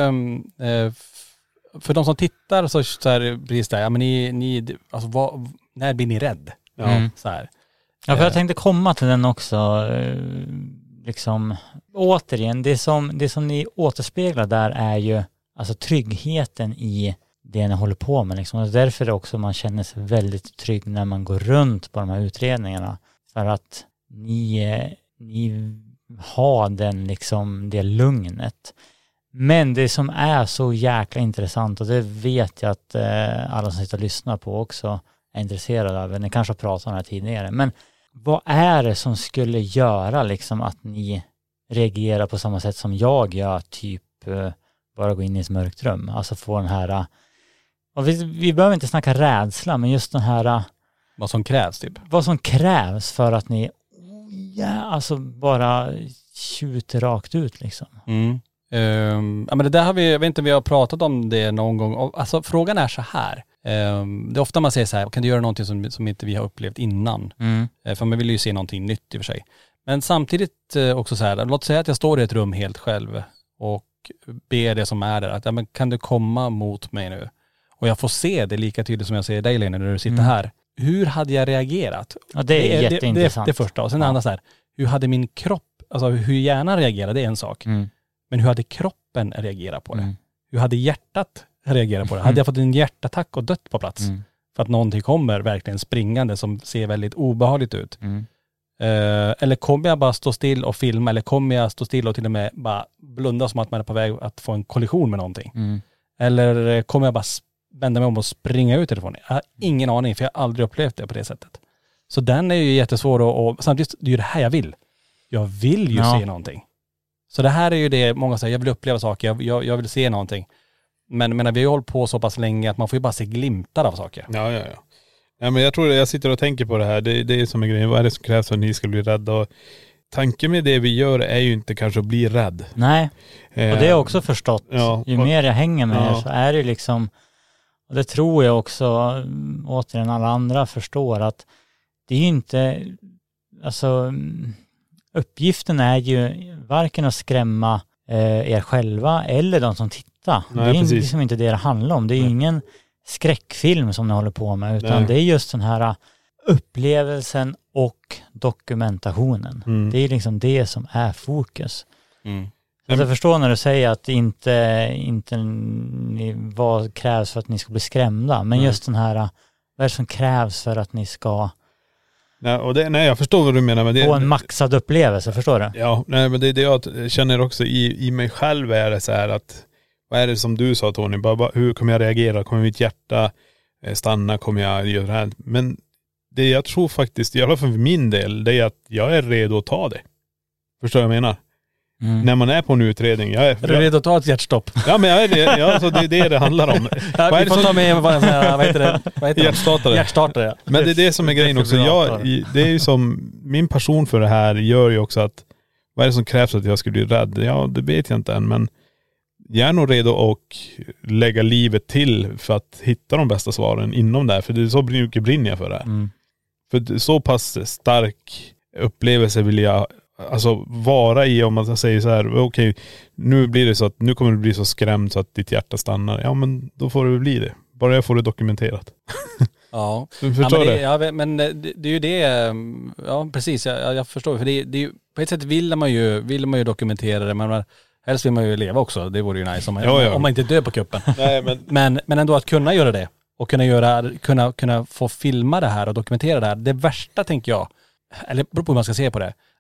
för de som tittar så är precis där, ja men ni alltså när blir ni rädd? Ja, så här. Ja, för jag tänkte komma till den också, liksom återigen, det som ni återspeglar där är ju alltså tryggheten i det ni håller på med liksom. Och därför är det också man känner sig väldigt trygg när man går runt på de här utredningarna, för att ni har den liksom, det lugnet. Men det som är så jäkla intressant, och det vet jag att alla som sitter och lyssnar på också är intresserade av, ni kanske har pratat om det här tidigare, men vad är det som skulle göra liksom att ni reagerar på samma sätt som jag gör, typ bara gå in i ett mörkt rum, alltså få den här, och vi behöver inte snacka rädsla, men just den här vad som krävs typ. Vad som krävs för att ni alltså bara tjuter rakt ut liksom. Ja men det där har vi, jag vet inte, vi har pratat om det någon gång. Alltså frågan är så här. Det är ofta man säger så här, kan du göra någonting som inte vi har upplevt innan? För man vill ju se någonting nytt i och för sig. Men samtidigt också så här, låt säga att jag står i ett rum helt själv och ber det som är där, att ja, men kan du komma mot mig nu? Och jag får se det lika tydligt som jag ser dig Lena när du sitter här. Hur hade jag reagerat? Ja, det är jätteintressant. Det första. Och sen det andra så här, hur hade min kropp, alltså hur hjärnan reagerade, det är en sak. Men hur hade kroppen reagerat på det? Hur hade hjärtat reagerat på det? Hade jag fått en hjärtattack och dött på plats? För att någonting kommer verkligen springande som ser väldigt obehagligt ut. Eller kommer jag bara stå still och filma? Eller kommer jag stå still och till och med bara blunda som att man är på väg att få en kollision med någonting? Eller kommer jag bara vända mig om och springa ut därifrån? Jag har ingen aning, för jag har aldrig upplevt det på det sättet. Så den är ju jättesvår och samtidigt, det är ju det här jag vill. Jag vill ju se någonting. Så det här är ju det många säger, jag vill uppleva saker, jag vill se någonting. Men vi har ju hållit på så pass länge att man får ju bara se glimtar av saker. Ja. Ja, men jag tror jag sitter och tänker på det här. Det är som en grej. Vad är det som krävs för att ni ska bli rädda? Och tanken med det vi gör är ju inte kanske att bli rädd. Nej, och det har jag också förstått. Ju mer jag hänger med er så är det liksom, och det tror jag också återigen alla andra förstår, att det är ju inte, alltså uppgiften är ju varken att skrämma er själva eller de som tittar. Nej, det är liksom inte det handlar om. Det är ju ingen skräckfilm som ni håller på med, utan det är just den här upplevelsen och dokumentationen. Det är liksom det som är fokus. Jag förstår när du säger att inte vad krävs för att ni ska bli skrämda, men just den här, vad är det som krävs för att ni ska jag förstår vad du menar med det. Få en maxad upplevelse, förstår du? Ja, nej, men det är det jag känner också i mig själv, är det så här att, vad är det som du sa Tony, bara hur kommer jag reagera, kommer mitt hjärta stanna, kommer jag göra det här? Men det jag tror faktiskt, i alla fall för min del, det är att jag är redo att ta det. Förstår du vad jag menar? När man är på en utredning. Är du redo att ta ett hjärtstopp? Ja, men jag är det. Ja, så det är det handlar om. Vi får ta med vad heter det? Hjärtstartare. Hjärtstartare, ja. Men det är det som är grejen också. Det är ju som, min passion för det här gör ju också att, vad är det som krävs att jag ska bli rädd? Ja, det vet jag inte än, men jag är nog redo att lägga livet till för att hitta de bästa svaren inom det här. För det är så mycket brinner jag för det här. För så pass stark upplevelse vill jag alltså vara i, om man säger så här, okej, nu blir det så att nu kommer du bli så skrämd så att ditt hjärta stannar. Ja, men då får det bli det. Bara jag får det dokumenterat. Ja. Du förstår det? Ja, men det är ju det, ja precis, jag förstår. För det är ju, på ett sätt vill man ju dokumentera det, men helst vill man ju leva också. Det vore ju nice om man inte dör på kuppen. Nej, men ändå att kunna göra det och kunna få filma det här och dokumentera det här. Det värsta tänker jag, eller beror på hur man ska se på det,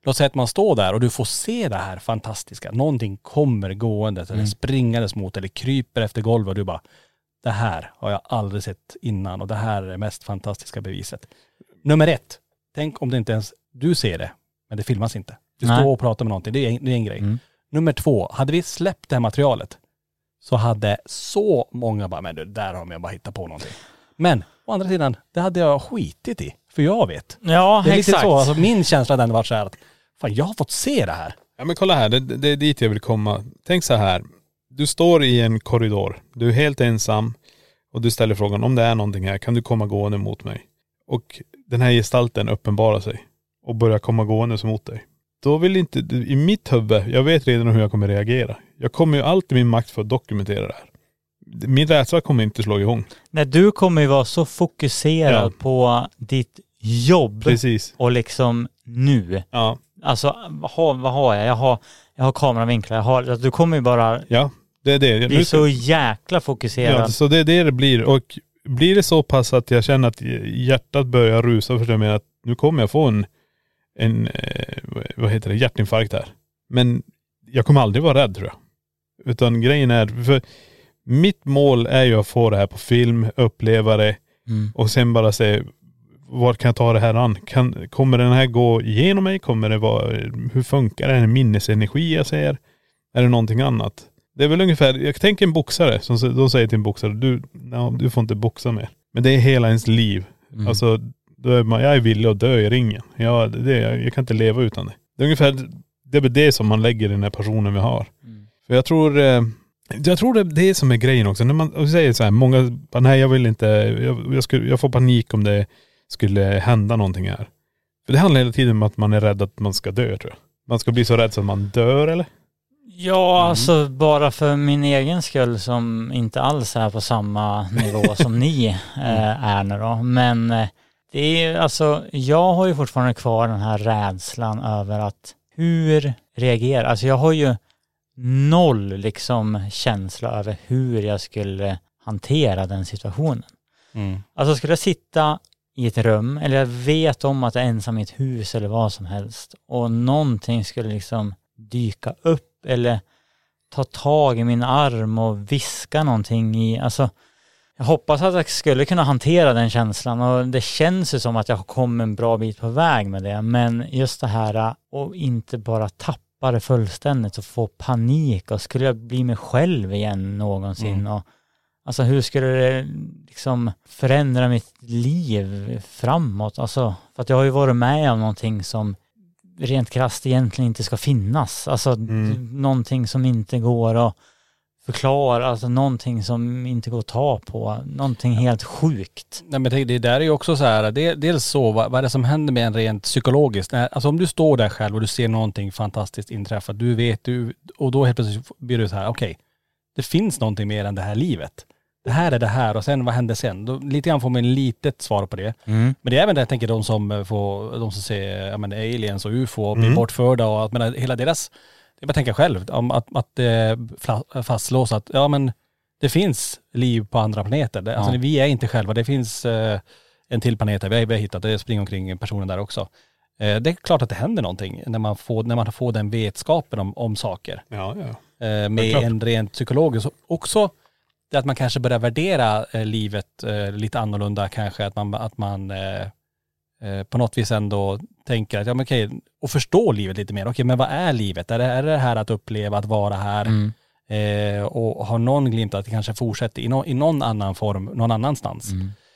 Låt säga att man står där och du får se det här fantastiska. Någonting kommer gående eller springandes mot eller kryper efter golvet och du bara, det här har jag aldrig sett innan och det här är det mest fantastiska beviset. Nummer 1, tänk om det inte ens du ser det, men det filmas inte. Du står och pratar med någonting, det är en grej. Nummer 2, hade vi släppt det här materialet så hade så många bara, men där har jag bara hittat på någonting. Men å andra sidan, det hade jag skitit i. För jag vet. Ja, det är exakt. lite så, alltså min känsla den var så här att fan, jag har fått se det här. Ja men kolla här, det är dit jag vill komma. Tänk så här, du står i en korridor, du är helt ensam och du ställer frågan, om det är någonting här, kan du komma gående mot mig? Och den här gestalten uppenbarar sig och börjar komma gående mot dig. Då vill inte, i mitt huvud, jag vet redan hur jag kommer reagera. Jag kommer ju alltid min makt för att dokumentera det här. Min rädsla kommer inte slå igång. Nej, du kommer ju vara så fokuserad på ditt jobb. Precis. Och liksom nu. Ja. Alltså, vad har jag? Jag har kameravinklar. Du kommer ju bara det är det. Bli så jäkla fokuserad. Ja, så det är det blir. Och blir det så pass att jag känner att hjärtat börjar rusa, förstår jag med att nu kommer jag få en hjärtinfarkt här. Men jag kommer aldrig vara rädd, tror jag. Utan grejen är, för mitt mål är ju att få det här på film, uppleva det och sen bara se, var kan jag ta det här an? Kommer den här gå igenom mig? Kommer det vara, hur funkar det? Är det minnesenergi jag ser? Är det någonting annat? Det är väl ungefär, jag tänker en boxare som de säger till en boxare, du får inte boxa mer. Men det är hela ens liv. Alltså, då är jag är villig att dö i ringen. Jag kan inte leva utan det. Det är ungefär det som man lägger i den här personen vi har. För jag tror det som är grejen också. När man säger så här, många, nej jag vill inte, jag får panik om det skulle hända någonting här. För det handlar hela tiden om att man är rädd att man ska dö, tror jag. Man ska bli så rädd så att man dör, eller? Ja, alltså bara för min egen skull som inte alls är på samma nivå som ni är nu då. Men det är alltså, jag har ju fortfarande kvar den här rädslan över att hur reagerar. Alltså jag har ju noll liksom känsla över hur jag skulle hantera den situationen. Alltså skulle jag sitta i ett rum, eller jag vet om att jag är ensam i ett hus eller vad som helst och någonting skulle liksom dyka upp eller ta tag i min arm och viska någonting i, alltså jag hoppas att jag skulle kunna hantera den känslan och det känns ju som att jag kom en bra bit på väg med det, men just det här och inte bara tappa det fullständigt och få panik och skulle jag bli mig själv igen någonsin och alltså hur skulle det liksom förändra mitt liv framåt, alltså för att jag har ju varit med om någonting som rent krasst egentligen inte ska finnas. Alltså någonting som inte går att förklara. Alltså någonting som inte går att ta på. Någonting helt sjukt. Nej, men det där är ju också så här. Dels så, vad är det som händer med en rent psykologiskt? Alltså om du står där själv och du ser någonting fantastiskt inträffa. Du vet, och då helt plötsligt blir du så här, okej, det finns någonting mer än det här livet. Det här är det här och sen vad händer sen? Då, lite grann får man en litet svar på det. Men det är även det jag tänker de som ser aliens och UFO och blir bortförda och att men hela deras, det jag tänker själv om att fastslås att det finns liv på andra planeter. Alltså vi är inte själva. Det finns en till planet vi har hittat. Det springer omkring personen där också. Det är klart att det händer någonting när man får den vetskapen om saker. Med en rent psykologisk också. Det att man kanske börjar värdera livet lite annorlunda kanske. Att man på något vis ändå tänker att okej, och förstå livet lite mer. Okej, men vad är livet? Är det här att uppleva, att vara här och ha någon glimt att det kanske fortsätter i någon annan form, någon annanstans.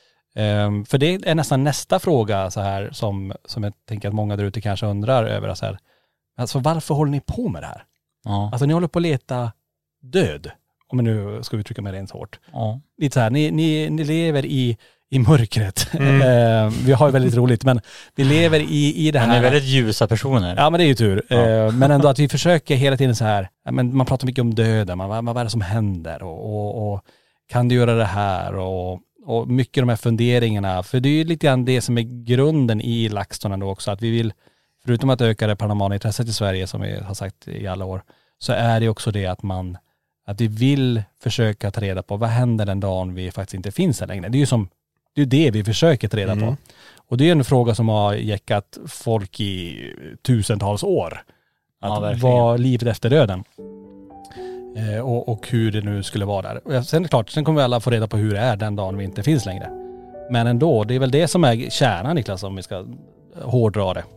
För det är nästan nästa fråga så här som jag tänker att många där ute kanske undrar över. Så här, alltså varför håller ni på med det här? Alltså ni håller på att leta död. Om man nu ska uttrycka mig rent hårt. Lite så här, ni lever i mörkret. Vi har ju väldigt roligt, men vi lever i det här. Ni är väldigt ljusa personer. Ja, men det är ju tur. Men ändå att vi försöker hela tiden så här, man pratar mycket om döden, vad är det som händer och kan du göra det här och mycket de här funderingarna. För det är ju lite grann det som är grunden i LaxTon ändå också, att vi vill, förutom att öka det paranormala intresset i Sverige som vi har sagt i alla år, så är det också det att vi vill försöka ta reda på vad händer den dagen vi faktiskt inte finns här längre. Det är Det är det vi försöker ta reda på. Och det är en fråga som har jäckat folk i tusentals år. Vad livet efter döden. Och hur det nu skulle vara där. Sen är det klart, sen kommer vi alla få reda på hur det är den dagen vi inte finns längre. Men ändå, det är väl det som är kärnan, Niklas, om vi ska hårdra det.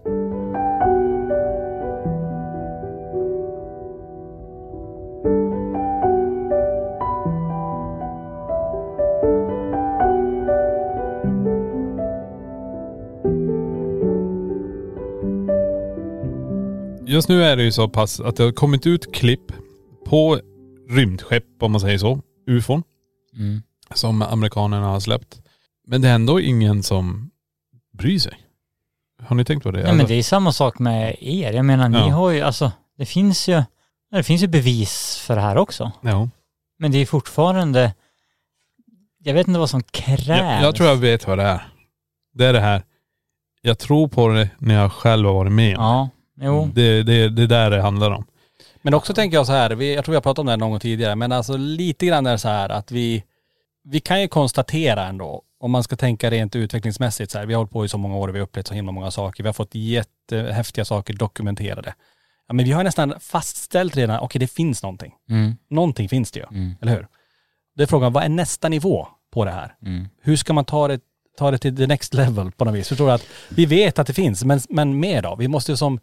Just nu är det ju så pass att det har kommit ut klipp på rymdskepp, om man säger så, UFOn, som amerikanerna har släppt. Men det är ändå ingen som bryr sig. Har ni tänkt på det? Ja, men det är samma sak med er. Jag menar, ni har ju, alltså, det finns ju bevis för det här också. Ja. Men det är fortfarande, jag vet inte vad som krävs. Jag tror jag vet vad det är. Det är det här, jag tror på det när jag själv har varit med. Ja, jo. Det är där det handlar om. Men också tänker jag så här, jag tror vi har pratat om det här någon gång tidigare, men alltså lite grann är det så här att vi kan ju konstatera ändå, om man ska tänka rent utvecklingsmässigt så här, vi har hållit på i så många år och vi har upplevt så himla många saker, vi har fått jättehäftiga saker dokumenterade. Ja, men vi har nästan fastställt redan, okej, det finns någonting. Någonting finns det ju, eller hur? Det är frågan, vad är nästa nivå på det här? Hur ska man ta det till the next level på något vis? Förstår du att vi vet att det finns, men mer då? Vi måste ju som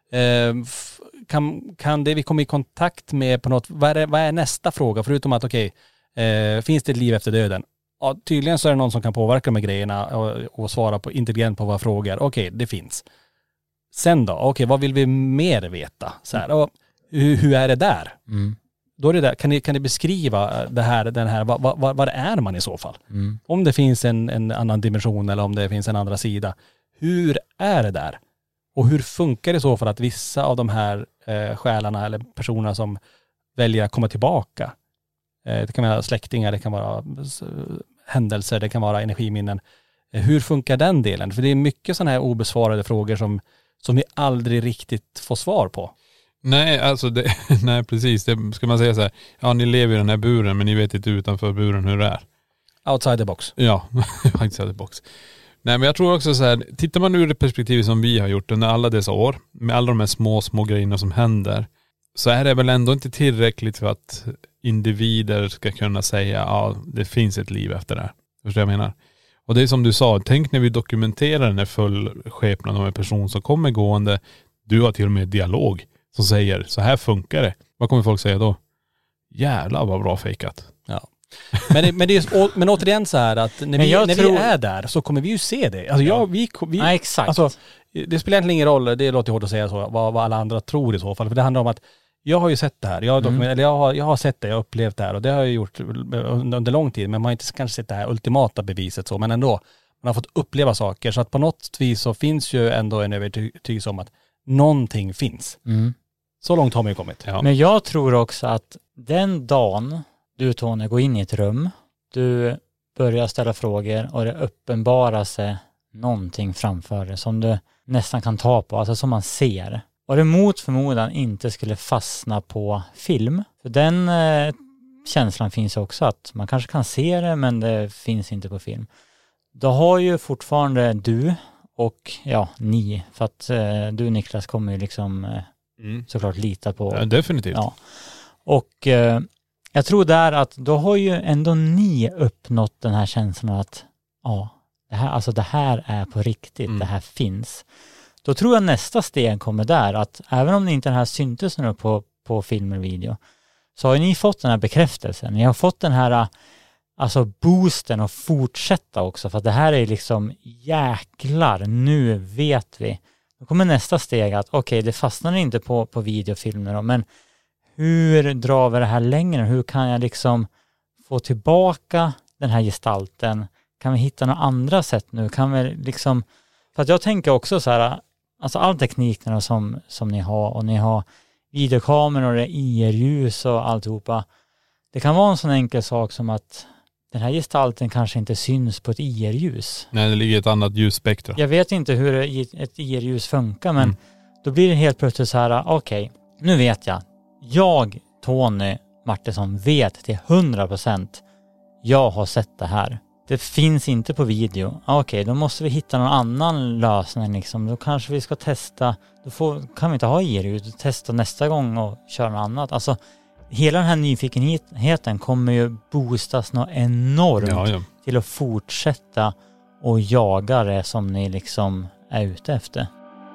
kan det vi kommer i kontakt med på något, vad är nästa fråga? Förutom att finns det ett liv efter döden? Ja, tydligen så är det någon som kan påverka de här grejerna och svara på intelligent på våra frågor. Okej, det finns. Sen då? Vad vill vi mer veta? Så här, och hur är det där? Då är det där. Kan ni beskriva det här, vad är man i så fall? Om det finns en annan dimension eller om det finns en andra sida. Hur är det där? Och hur funkar det så för att vissa av de här själarna eller personerna som väljer att komma tillbaka, det kan vara släktingar, det kan vara händelser, det kan vara energiminnen. Hur funkar den delen? För det är mycket sådana här obesvarade frågor som vi aldrig riktigt får svar på. Nej, alltså nej precis. Det ska man säga så här, ja, ni lever i den här buren men ni vet inte utanför buren hur det är. Outside the box. Ja, outside the box. Nej, men jag tror också så här, tittar man ur det perspektiv som vi har gjort under alla dessa år, med alla de här små grejerna som händer, så är det väl ändå inte tillräckligt för att individer ska kunna säga, ja, det finns ett liv efter det här. Förstår jag menar? Och det är som du sa, tänk när vi dokumenterar den här fullskepnaden av en person som kommer gående, du har till och med dialog som säger, så här funkar det. Vad kommer folk säga då? Jävlar vad bra fejkat. Ja. Men återigen så här att när vi är där så kommer vi ju se det. Alltså ja, exakt. Alltså, det spelar egentligen ingen roll, det låter hårt att säga så, vad alla andra tror i så fall. För det handlar om att jag har ju sett det här. Jag har sett det, jag har upplevt det här och det har jag gjort under lång tid. Men man har inte kanske sett det här ultimata beviset så, men ändå. Man har fått uppleva saker så att på något vis så finns ju ändå en övertygelse om att någonting finns. Så långt har man ju kommit. Ja. Men jag tror också att den dagen du, Tony, går in i ett rum, du börjar ställa frågor och det uppenbarar sig någonting framför dig som du nästan kan ta på, alltså som man ser. Och det mot förmodan inte skulle fastna på film. För den känslan finns också, att man kanske kan se det men det finns inte på film. Då har ju fortfarande du och ni, för att du, Niklas, kommer ju liksom såklart lita på. Ja, definitivt. Ja. Och jag tror där att då har ju ändå ni uppnått den här känslan att det här är på riktigt, det här finns. Då tror jag nästa steg kommer där, att även om det inte den här syntes nu på film och video, så har ni fått den här bekräftelsen. Ni har fått den här boosten att fortsätta också, för att det här är liksom jäklar, nu vet vi. Då kommer nästa steg att det fastnar inte på videofilmer då, men hur drar vi det här längre? Hur kan jag liksom få tillbaka den här gestalten? Kan vi hitta några andra sätt nu? Kan vi liksom, för att jag tänker också så här, alltså all tekniken som ni har, och ni har videokameror och det är IR-ljus och alltihopa. Det kan vara en sån enkel sak som att den här gestalten kanske inte syns på ett IR-ljus. Nej, det ligger ett annat ljusspektra. Jag vet inte hur ett IR-ljus funkar, men då blir det helt plötsligt så här, nu vet jag. Jag, Tony Martinsson, vet till 100% jag har sett det här. det finns inte på video. Okej, då måste vi hitta någon annan lösning liksom. Då kanske vi ska testa, kan vi inte ha ljud och testa nästa gång och köra något annat. Alltså hela den här nyfikenheten kommer ju boostas något enormt till att fortsätta och jaga det som ni liksom är ute efter.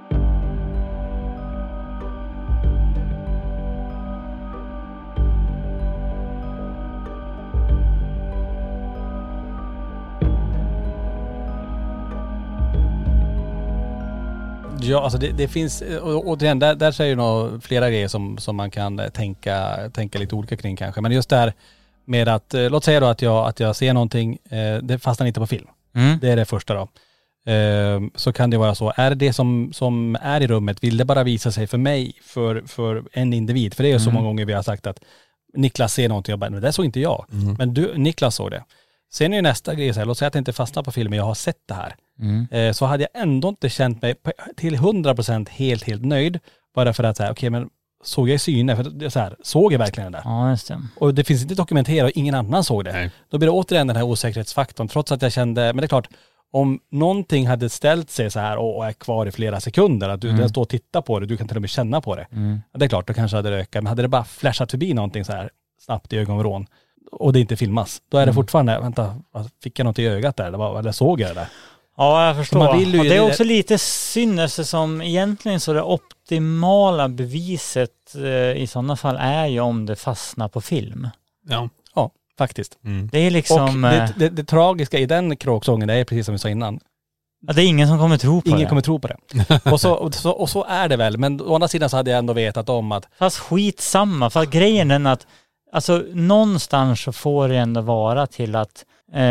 Ja, alltså det finns, och där säger ju nog flera grejer som man kan tänka lite olika kring kanske. Men just där med att, låt säga då att jag ser någonting, det fastnar inte på film. Det är det första då. Så kan det vara så. Är det som är i rummet, vill det bara visa sig för mig, för en individ? För det är ju så många gånger vi har sagt att Niklas ser någonting, jag bara, men det såg inte jag. Men Niklas såg det. Sen är ju nästa grej så här, låt säga att jag inte fastnar på filmen, jag har sett det här. Så hade jag ändå inte känt mig till 100% helt nöjd. Bara för att säga, okej, men såg jag i syne? För det är så här, såg jag verkligen det där? Ja, just det. Och det finns inte dokumenterat och ingen annan såg det. Nej. Då blir det återigen den här osäkerhetsfaktorn. Trots att jag kände, men det är klart, om någonting hade ställt sig så här och är kvar i flera sekunder, att du står och tittar på det, du kan till och med känna på det. Det är klart, då kanske hade det ökat. Men hade det bara flashat förbi någonting så här snabbt i ögonvrån och det inte filmas, då är det fortfarande, vänta, fick jag något i ögat där? Eller såg jag det där? Ja, jag förstår. Och det är också lite synd, som egentligen så det optimala beviset i sådana fall är ju om det fastnar på film. Ja, faktiskt. Det är liksom... Och det tragiska i den kråksången, det är precis som vi sa innan. Ja, det är ingen som kommer tro på det. Ingen kommer tro på det. och så är det väl. Men å andra sidan så hade jag ändå vetat om att... Fast skitsamma. För grejen är att alltså någonstans så får det ändå vara till att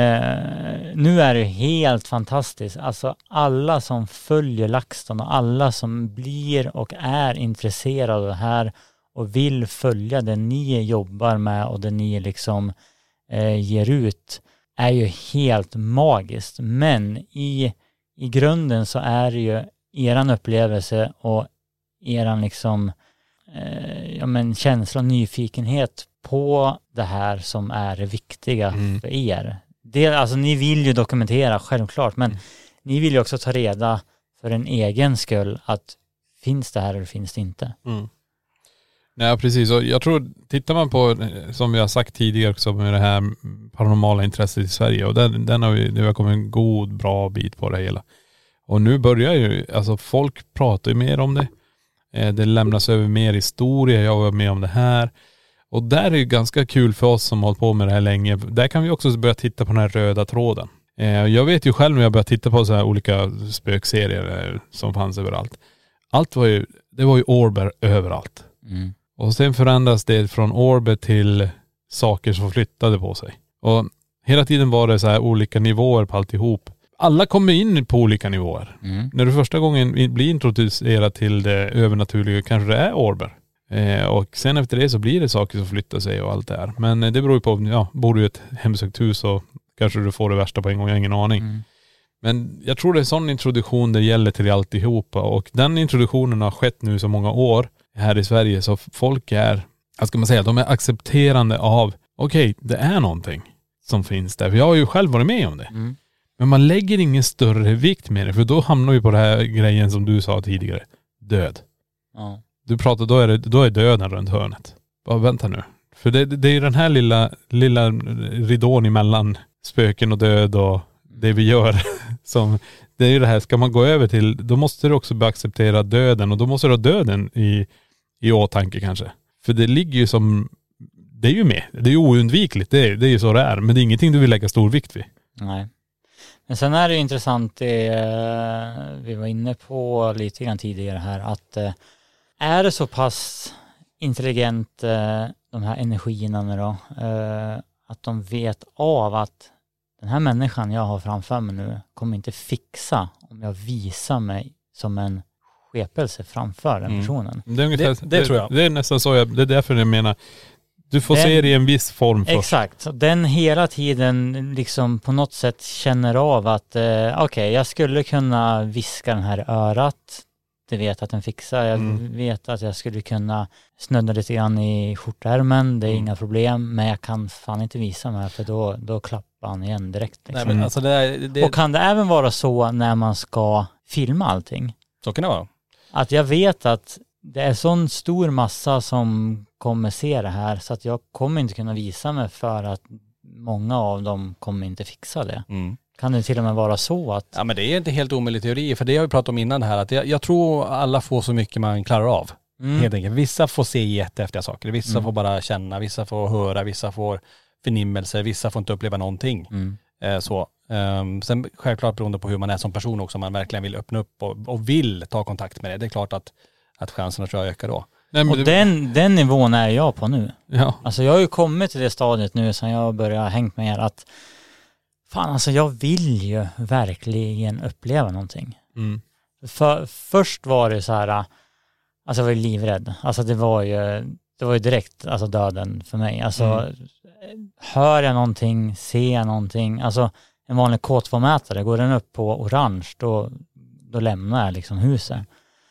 nu är det helt fantastiskt. Alltså alla som följer LaxTon och alla som blir och är intresserade av det här och vill följa det ni jobbar med och det ni liksom ger ut är ju helt magiskt. Men i grunden så är det ju eran upplevelse och eran liksom känsla och nyfikenhet på det här som är det viktiga för er. Alltså ni vill ju dokumentera självklart, men ni vill ju också ta reda för en egen skull att finns det här eller finns det inte. Nej, precis. Och jag tror, tittar man på, som vi har sagt tidigare också, med det här paranormala intresset i Sverige, och det har kommit en bra bit på det hela. Och nu börjar ju, alltså folk pratar ju mer om det. Det lämnas över mer historia, jag var med om det här. Och där är ju ganska kul för oss som har hållit på med det här länge. Där kan vi också börja titta på den här röda tråden. Jag vet ju själv när jag började titta på så här olika spökserier som fanns överallt. Det var ju orber överallt. Och sen förändras det från orber till saker som flyttade på sig. Och hela tiden var det så här olika nivåer på alltihop. Alla kommer in på olika nivåer. När du första gången blir introducerad till det övernaturliga kanske det är orber. Och sen efter det så blir det saker som flyttar sig och allt det här. Men det beror ju på, bor du i ett hemsökt hus så kanske du får det värsta på en gång, jag har ingen aning. Men jag tror det är en sån introduktion det gäller till alltihopa. Och den introduktionen har skett nu så många år här i Sverige, så folk är, de är accepterande av, okej, det är någonting som finns där. För jag har ju själv varit med om det. Men man lägger ingen större vikt med det, för då hamnar vi på den här grejen som du sa tidigare. Död. Ja. Du pratar, då är döden runt hörnet. Bara vänta nu. För det är ju den här lilla ridån emellan spöken och död och det vi gör. Som, det är ju det här, ska man gå över till, då måste du också acceptera döden. Och då måste du ha döden i åtanke kanske. För det ligger ju som, det är ju med. Det är ju oundvikligt, det är ju så det är. Men det är ingenting du vill lägga stor vikt vid. Nej. Men sen är det ju intressant det vi var inne på lite grann tidigare här, att är det så pass intelligent de här energierna nu då, att de vet av att den här människan jag har framför mig nu kommer inte fixa om jag visar mig som en skepelse framför den personen. Det är ungefär, det tror jag. Det är nästan så, det är därför jag menar, du får se det i en viss form först. Exakt. Den hela tiden liksom på något sätt känner av att okej, jag skulle kunna viska den här örat. Det vet att den fixar. Jag vet att jag skulle kunna snudda lite grann i skjortärmen. Det är inga problem. Men jag kan fan inte visa mig, för då an igen direkt. Liksom. Nej, men alltså det... Och kan det även vara så när man ska filma allting? Så kan det vara. Att jag vet att det är sån stor massa som kommer se det här så att jag kommer inte kunna visa mig för att många av dem kommer inte fixa det. Kan det till och med vara så att... Ja, men det är inte helt omöjlig teori, för det har vi pratat om innan här, att jag tror alla får så mycket man klarar av. Helt enkelt. Vissa får se jättehäftiga saker, vissa får bara känna, vissa får höra, vissa får förnimmelser, vissa får inte uppleva någonting. Sen självklart beroende på hur man är som person också, om man verkligen vill öppna upp och vill ta kontakt med det. Det är klart att chanserna tror jag ökar då. Nej, och den nivån är jag på nu. Ja. Alltså jag har ju kommit till det stadiet nu sen jag började hängt med er att fan, alltså jag vill ju verkligen uppleva någonting. Först var det så här, alltså jag var ju livrädd. Alltså det var ju direkt alltså döden för mig. Alltså hör jag någonting, ser jag någonting, alltså en vanlig K2-mätare, går den upp på orange då lämnar jag liksom huset.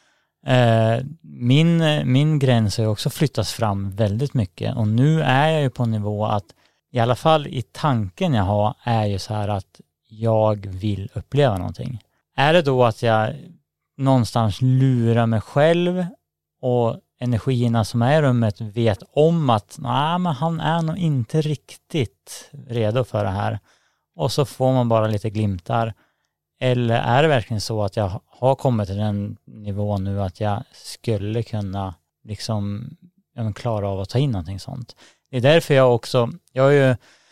Min gräns har ju också flyttats fram väldigt mycket och nu är jag ju på en nivå att i alla fall i tanken jag har är ju så här att jag vill uppleva någonting. Är det då att jag någonstans lurar mig själv och energierna som är i rummet vet om att men han är nog inte riktigt redo för det här och så får man bara lite glimtar, eller är det verkligen så att jag har kommit till den nivån nu att jag skulle kunna liksom klara av att ta in någonting sånt. Det är därför jag är ju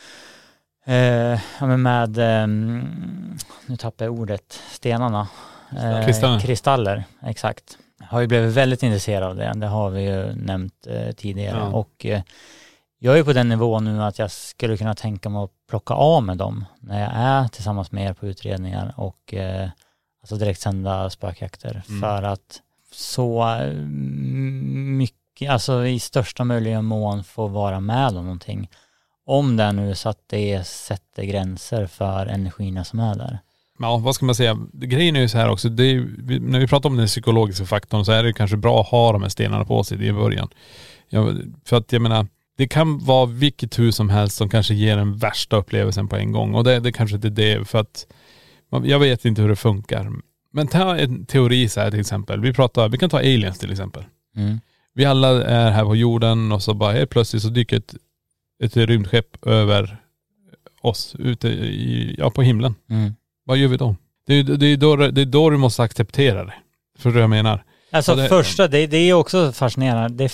nu tappar jag ordet, stenarna. Kristaller, exakt. Jag har ju blivit väldigt intresserad av det. Det har vi ju nämnt tidigare. Ja. Och jag är på den nivån nu att jag skulle kunna tänka mig att plocka av med dem när jag är tillsammans med er på utredningar och alltså direkt sända spökjakter. För att så mycket, alltså i största möjliga mån få vara med om någonting. Om det nu så att det sätter gränser för energierna som är där. Ja, vad ska man säga? Grejen är ju så här också, när vi pratar om den psykologiska faktorn så är det kanske bra att ha de här stenarna på sig i början. För att jag menar, det kan vara vilket hus som helst som kanske ger den värsta upplevelsen på en gång. Och det kanske inte är det, för att jag vet inte hur det funkar. Men ta en teori så här till exempel. Vi kan ta aliens till exempel. Vi alla är här på jorden och så bara helt plötsligt så dyker ett rymdskepp över oss ute på himlen. Vad gör vi då? Det är då du måste acceptera det. För det jag menar. Alltså det är också fascinerande. Det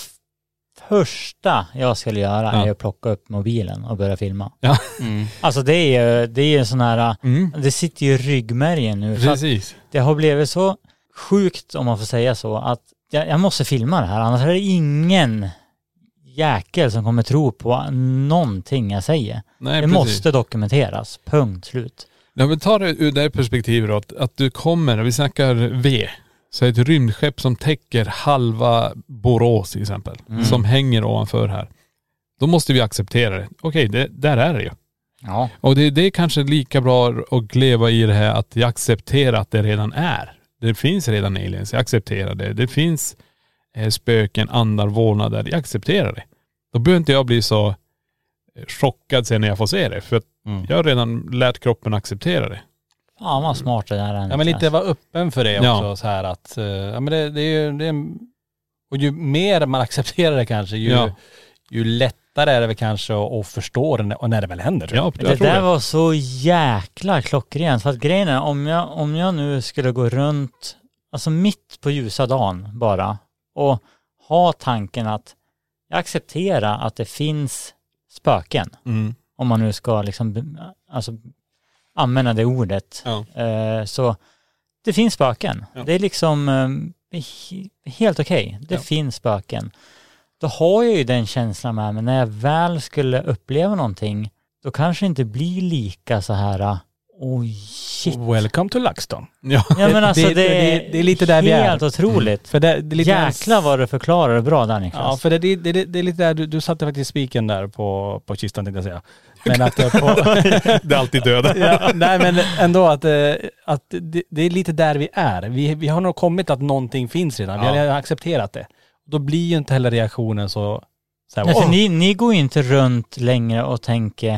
första jag skulle göra är att plocka upp mobilen och börja filma. Ja. Alltså det är sån här, det sitter ju i ryggmärgen nu. Precis. Det har blivit så sjukt, om man får säga så, att jag måste filma det här. Annars är det ingen jäkel som kommer tro på någonting jag säger. Nej, det måste dokumenteras. Punkt, slut. Ja, men ta det ur det perspektivet att du kommer, vi snackar så ett rymdskepp som täcker halva Borås till exempel, som hänger ovanför här. Då måste vi acceptera det. Okej, där är det ju. Ja. Och det är kanske lika bra att leva i det här att jag accepterar att det redan är. Det finns redan aliens, jag accepterar det. Det finns spöken, andar, vålnader, jag accepterar det. Då behöver inte jag bli så chockad sen när jag får se det. För att jag har redan lärt kroppen acceptera det. Ja, vad smart det där är. Ja, men lite vara öppen för det också. Så här att, ja men det är och ju mer man accepterar det kanske, ju lättare är det väl kanske att förstå det när det väl händer. Ja, det där var så jäkla klockrent. För att grejen är, om jag nu skulle gå runt, alltså mitt på ljusa dagen bara, och ha tanken att jag accepterar att det finns spöken. Om man nu ska liksom, alltså använda det ordet. Så det finns spöken. Det är liksom helt okej. Det finns spöken. Då har jag ju den känslan med mig när jag väl skulle uppleva någonting, då kanske det inte blir lika så här shit. Welcome to LaxTon. Ja men alltså det är lite där vi är. Helt otroligt. För det är lite jäklar vad du förklarar det bra där, Niklas. Ja, för det är lite där du satte faktiskt spiken där på kistan, tänkte jag säga. Men att det är alltid döda. Ja, nej men ändå att det är lite där vi är. Vi har nog kommit att någonting finns redan. Vi har accepterat det. Då blir ju inte heller reaktionen så här, nej, för ni går ju inte runt längre och tänker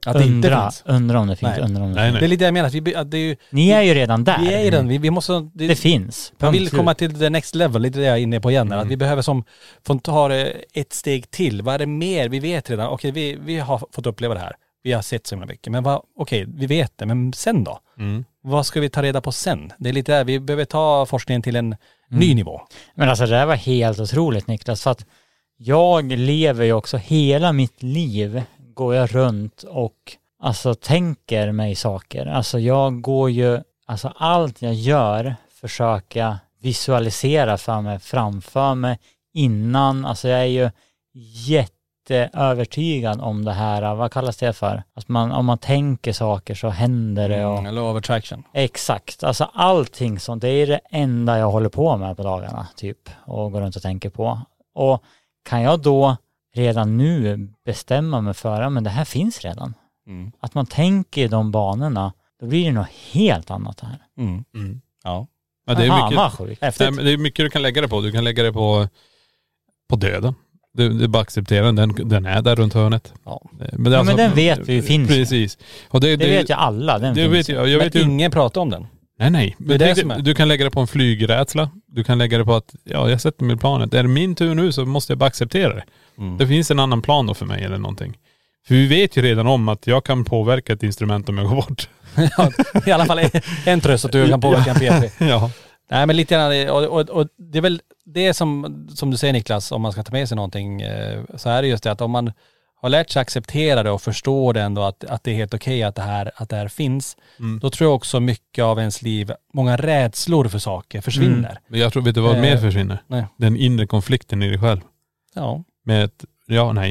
Att det inte finns. Undra om det finns. Nej. Det är lite det jag menar. Att det är ju, ni är ju redan där. Vi är ju den. Vi måste, det finns. Man vill komma till the next level. Lite det jag är inne på igen. Att vi behöver få ta ett steg till. Vad är det mer? Vi vet redan. Okej, vi har fått uppleva det här. Vi har sett så himla mycket. Men vi vet det. Men sen då? Vad ska vi ta reda på sen? Det är lite där. Vi behöver ta forskningen till en ny nivå. Men alltså det där var helt otroligt, Niklas. För att jag lever ju också hela mitt liv går jag runt och alltså tänker mig saker. Alltså jag går ju, alltså allt jag gör försöker jag visualisera framför mig innan. Alltså jag är ju jätteövertygad om det här. Vad kallas det för? Alltså om man tänker saker så händer det. Och, law of attraction. Exakt. Alltså allting sånt. Det är det enda jag håller på med på dagarna typ. Och går runt och tänker på. Och kan jag då redan nu bestämma mig för men det här finns redan. Att man tänker i de banorna, då blir det något helt annat här. Ja. Ja, det är mycket. Nej, det är mycket du kan lägga det på. Du kan lägga det på döden. Du bara accepterar den är där runt hörnet. Ja. Men, alltså, men den vet vi ju finns. Precis. Och det vet ju alla. Den finns. Vet jag vet ingen pratar om den. Nej. Du kan lägga det på en flygrädsla. Du kan lägga det på att jag sätter mig i planet. Är det min tur nu så måste jag bara acceptera det. Det finns en annan plan då för mig eller någonting. För vi vet ju redan om att jag kan påverka ett instrument om jag går bort. Ja, i alla fall en tröst att du kan påverka en PP. Ja. Nej, men lite grann, och det är väl det som du säger, Niklas, om man ska ta med sig någonting, så är det just det att om man har lärt sig acceptera det och förstå det ändå att det är helt okej att det här finns, då tror jag också mycket av ens liv, många rädslor för saker försvinner. Men jag tror, vet du vad mer försvinner? Nej. Den inre konflikten i dig själv. Ja. Med ett nej.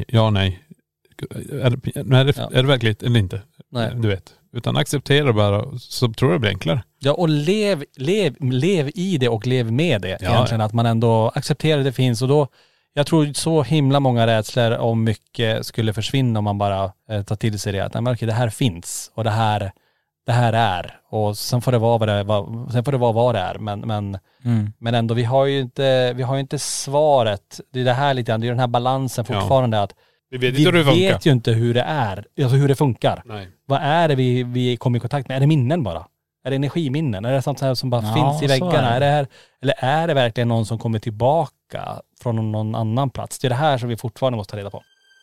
Är det verkligt eller inte? Nej. Du vet. Utan acceptera bara, så tror jag det blir enklare. Ja, och lev i det och lev med det egentligen. Att man ändå accepterar det finns. Och då, jag tror så himla många rädslor om mycket skulle försvinna om man bara tar till sig det. Att det här finns och det här är. Och sen får det vara vad det är. Men ändå, vi har ju inte svaret. Det är det här lite grann, det är den här balansen fortfarande att vi vet ju inte hur det är, alltså hur det funkar. Nej. Vad är det vi kommer i kontakt med? Är det minnen bara? Är det energiminnen? Är det sånt här som bara finns i väggarna? Eller är det verkligen någon som kommer tillbaka från någon annan plats? Det är det här som vi fortfarande måste ta reda på.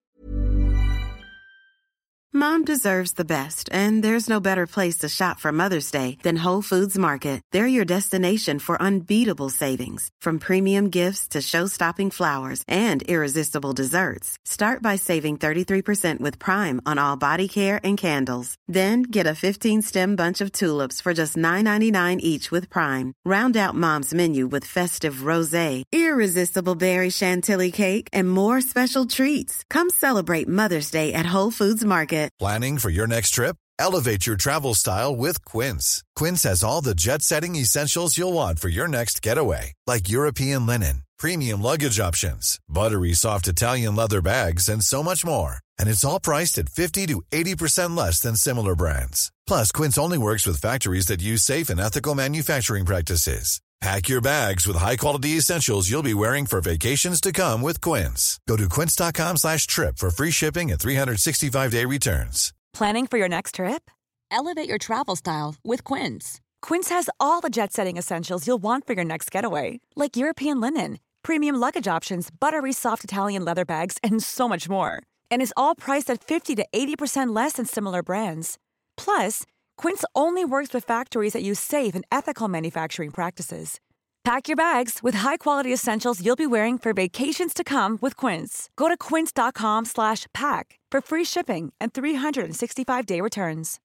Mom deserves the best, and there's no better place to shop for Mother's Day than Whole Foods Market. They're your destination for unbeatable savings, from premium gifts to show-stopping flowers and irresistible desserts. Start by saving 33% with Prime on all body care and candles. Then get a 15-stem bunch of tulips for just $9.99 each with Prime. Round out Mom's menu with festive rosé, irresistible berry chantilly cake, and more special treats. Come celebrate Mother's Day at Whole Foods Market. Planning for your next trip? Elevate your travel style with Quince. Quince has all the jet-setting essentials you'll want for your next getaway, like European linen, premium luggage options, buttery soft Italian leather bags, and so much more. And it's all priced at 50 to 80% less than similar brands. Plus, Quince only works with factories that use safe and ethical manufacturing practices. Pack your bags with high-quality essentials you'll be wearing for vacations to come with Quince. Go to quince.com/trip for free shipping and 365-day returns. Planning for your next trip? Elevate your travel style with Quince. Quince has all the jet-setting essentials you'll want for your next getaway, like European linen, premium luggage options, buttery soft Italian leather bags, and so much more. And is all priced at 50 to 80% less than similar brands. Plus, Quince only works with factories that use safe and ethical manufacturing practices. Pack your bags with high-quality essentials you'll be wearing for vacations to come with Quince. Go to quince.com/pack for free shipping and 365-day returns.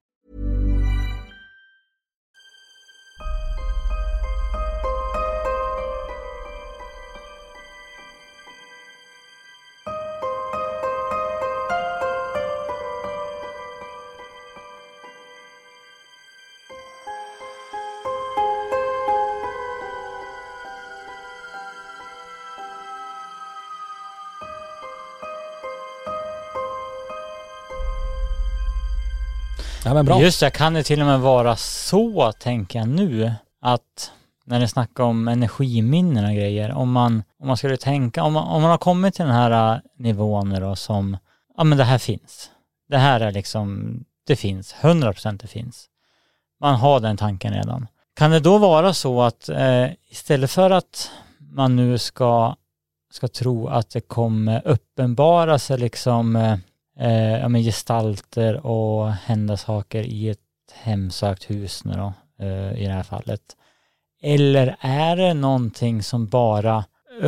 Ja, men bra. Just det, kan det till och med vara så, tänker jag nu, att när det snackar om energiminnen och grejer, om man skulle tänka, om man har kommit till den här nivån då som, ja men det här finns. det här är liksom, det finns, 100% det finns. Man har den tanken redan. Kan det då vara så att istället för att man nu ska tro att det kommer uppenbara sig liksom gestalter och hända saker i ett hemsökt hus nu då, i det här fallet. Eller är det någonting som bara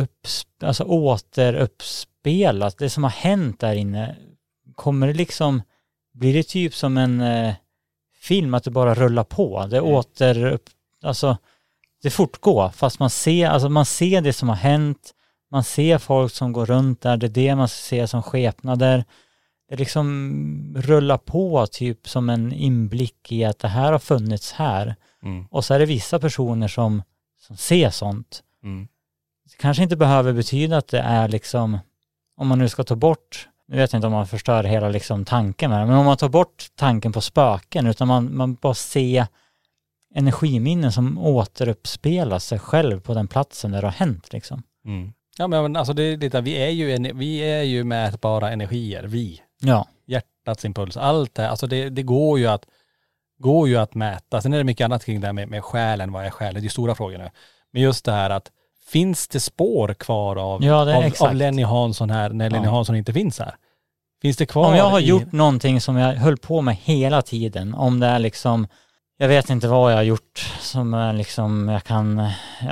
återuppspelas? Det som har hänt där inne, kommer det liksom, blir det typ som en film att det bara rullar på? Det det fortgår fast man ser det som har hänt. Man ser folk som går runt där, det är det man ser som skepnader. Det liksom rullar på typ som en inblick i att det här har funnits här. Och så är det vissa personer som ser sånt. Det kanske inte behöver betyda att det är liksom, om man nu ska ta bort, nu vet jag inte om man förstör hela liksom tanken med det, men om man tar bort tanken på spöken, utan man bara ser energiminnen som återuppspelar sig själv på den platsen där det har hänt liksom. Ja, men alltså det är lite, vi är ju mätbara energier, Ja. Hjärtats impuls, allt det här, alltså det går ju att mäta. Sen är det mycket annat kring det här med själen, vad är själen, det är stora frågor nu. Men just det här att, finns det spår kvar av Lenny Hansson här, när Lenny Hansson inte finns här? Finns det kvar? Om jag har gjort någonting som jag höll på med hela tiden, om det är liksom, jag vet inte vad jag har gjort som är liksom, jag kan,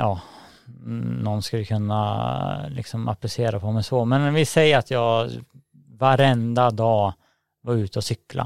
någon skulle kunna liksom applicera på mig så. Men vi säger att jag varenda dag var ute och cykla.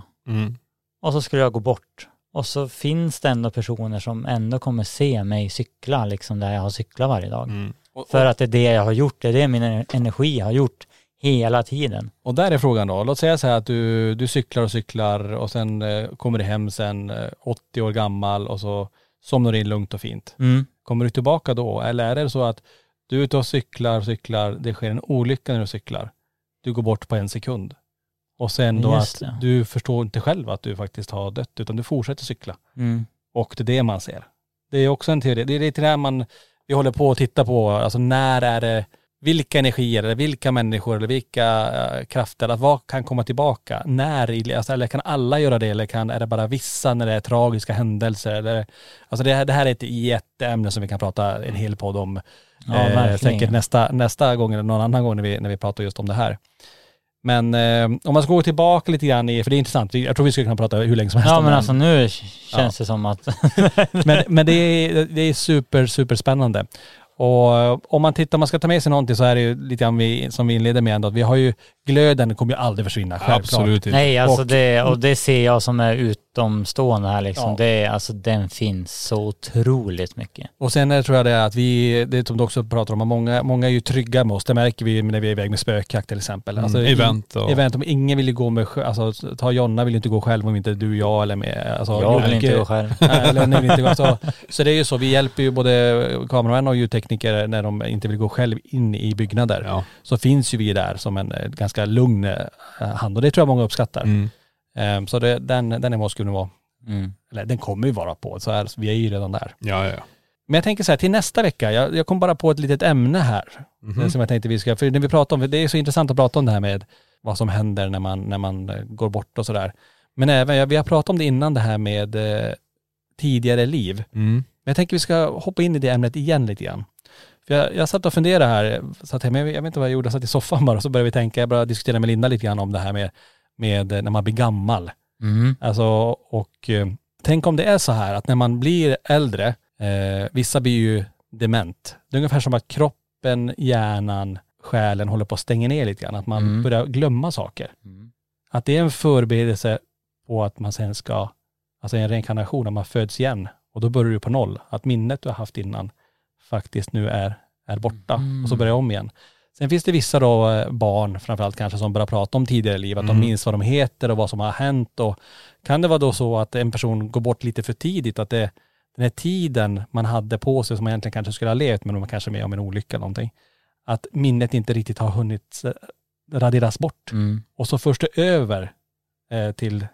Och så skulle jag gå bort. Och så finns det ändå personer som ändå kommer se mig cykla liksom där jag har cyklat varje dag. För att det är det jag har gjort. Det är det min energi har gjort hela tiden. Och där är frågan då. Låt säga så här att du cyklar och sen kommer du hem sen 80 år gammal och så somnar du in lugnt och fint. Kommer du tillbaka då? Eller är det så att du är ute och cyklar, det sker en olycka när du cyklar. Du går bort på 1 sekund. Och sen då att du förstår inte själv att du faktiskt har dött, utan du fortsätter cykla. Och det är det man ser. Det är också en teori. Det är lite där vi håller på att titta på, alltså när är det, vilka energier eller vilka människor eller vilka krafter, att vad kan komma tillbaka? När, alltså, eller kan alla göra det, eller är det bara vissa när det är tragiska händelser? Eller, alltså det här är ett jätteämne som vi kan prata en hel podd om. Säkert nästa gång eller någon annan gång när vi pratar just om det här. Men om man ska gå tillbaka lite grann för det är intressant, jag tror vi skulle kunna prata hur länge som helst. Ja, men alltså nu känns det som att... men det är super spännande. Och om man ska ta med sig någonting så är det ju lite grann som vi inleder med ändå, att vi har ju glöden kommer ju aldrig försvinna, självklart. Absolut inte. Nej, alltså det ser jag som är utomstående här liksom. Den finns så otroligt mycket. Och sen tror jag det att det som du också pratar om, många är ju trygga med oss. Det märker vi när vi är iväg med spökjakt till exempel. Alltså, event, om ingen vill ju gå med, alltså ta Jonna vill inte gå själv om inte du, jag eller med. Alltså, jag vill inte gå själv. Eller ni vill inte gå. Alltså, så det är ju så, vi hjälper ju både kameramän och ljudtekniker när de inte vill gå själv in i byggnader. Ja. Så finns ju vi där som en ganska lugn hand, och det tror jag många uppskattar. Så den är vad skulle vara. Eller den kommer ju vara på, så vi är ju redan där. Ja. Men jag tänker så här, till nästa vecka, jag kom bara på ett litet ämne här som jag tänkte vi ska, för när vi pratar om, det är så intressant att prata om det här med vad som händer när man går bort och sådär. Men även, vi har pratat om det innan, det här med tidigare liv. Men jag tänker vi ska hoppa in i det ämnet igen lite grann. För jag satt och funderade här, jag vet inte vad jag gjorde, jag satt i soffan bara, så började vi tänka, jag började diskutera med Linda lite grann om det här med när man blir gammal. Alltså, och tänk om det är så här att när man blir äldre, vissa blir ju dement. Det är ungefär som att kroppen, hjärnan, själen håller på att stänga ner lite grann, att man börjar glömma saker. Att det är en förberedelse på att man sen ska, alltså en reinkarnation, när man föds igen, och då börjar du på noll. Att minnet du har haft innan faktiskt nu är borta, och så börjar jag om igen. Sen finns det vissa då barn framförallt kanske som börjar prata om tidigare liv, att de minns vad de heter och vad som har hänt, och kan det vara då så att en person går bort lite för tidigt, att den här tiden man hade på sig som man egentligen kanske skulle ha levt, men man kanske är med om en olycka eller någonting, att minnet inte riktigt har hunnit raderas bort, och så förs det över till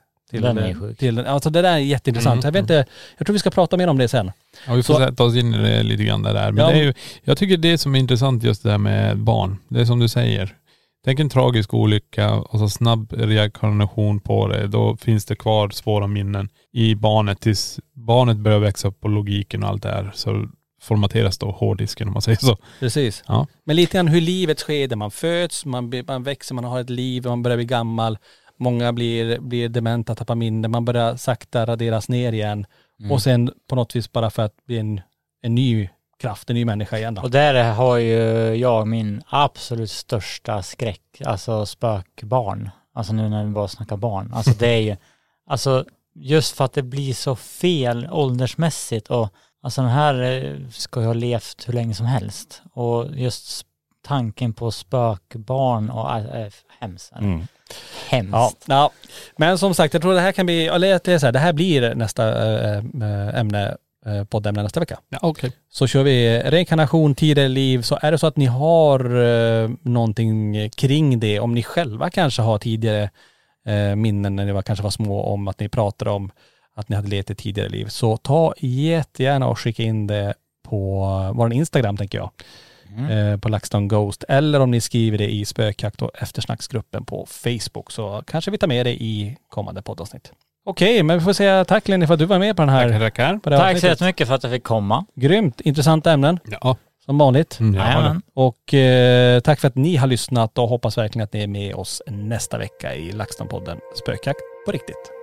alltså det där är jätteintressant. Jag tror vi ska prata mer om det sen. Ja, vi får sätta oss in i det lite grann där. Men det är ju, jag tycker det som är intressant just det här med barn, det är som du säger. Tänk en tragisk olycka och så snabb reaktion på det. Då finns det kvar svåra minnen i barnet tills barnet börjar växa upp på logiken och allt det här. Så formateras då hårddisken om man säger så. Precis. Ja. Men lite grann hur livet sker. Man föds, man växer, man har ett liv, man börjar bli gammal. Många blir dementa, tappar minne. Man börjar sakta raderas ner igen. Och sen på något vis bara för att bli en ny kraft, en ny människa igen då. Och där har ju jag min absolut största skräck, alltså spökbarn. Alltså nu när vi bara snackar barn. Alltså det är ju, alltså just för att det blir så fel åldersmässigt och alltså den här ska ju ha levt hur länge som helst. Och just tanken på spökbarn och hemskt. Hemskt. Ja. Men som sagt, jag tror det här kan bli, eller det är så här, det här blir nästa poddämne nästa vecka. Ja, okej. Så kör vi reinkarnation, tidigare liv. Så är det så att ni har någonting kring det, om ni själva kanske har tidigare minnen när ni kanske var små om att ni pratade om att ni hade levt ett tidigare liv, så ta jättegärna och skicka in det på vår Instagram tänker jag. På LaxTon Ghost, eller om ni skriver det i spökjakt och eftersnacksgruppen på Facebook, så kanske vi tar med det i kommande poddavsnitt. Okej, men vi får säga tack Lenny för att du var med på den här. Tackar. Tack så jättemycket för att jag fick komma. Grymt, intressanta ämnen. Ja. Som vanligt. Ja. Och tack för att ni har lyssnat och hoppas verkligen att ni är med oss nästa vecka i LaxTon-podden Spökjakt på riktigt.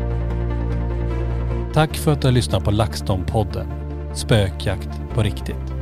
Tack för att du har lyssnat på LaxTon-podden Spökjakt på riktigt.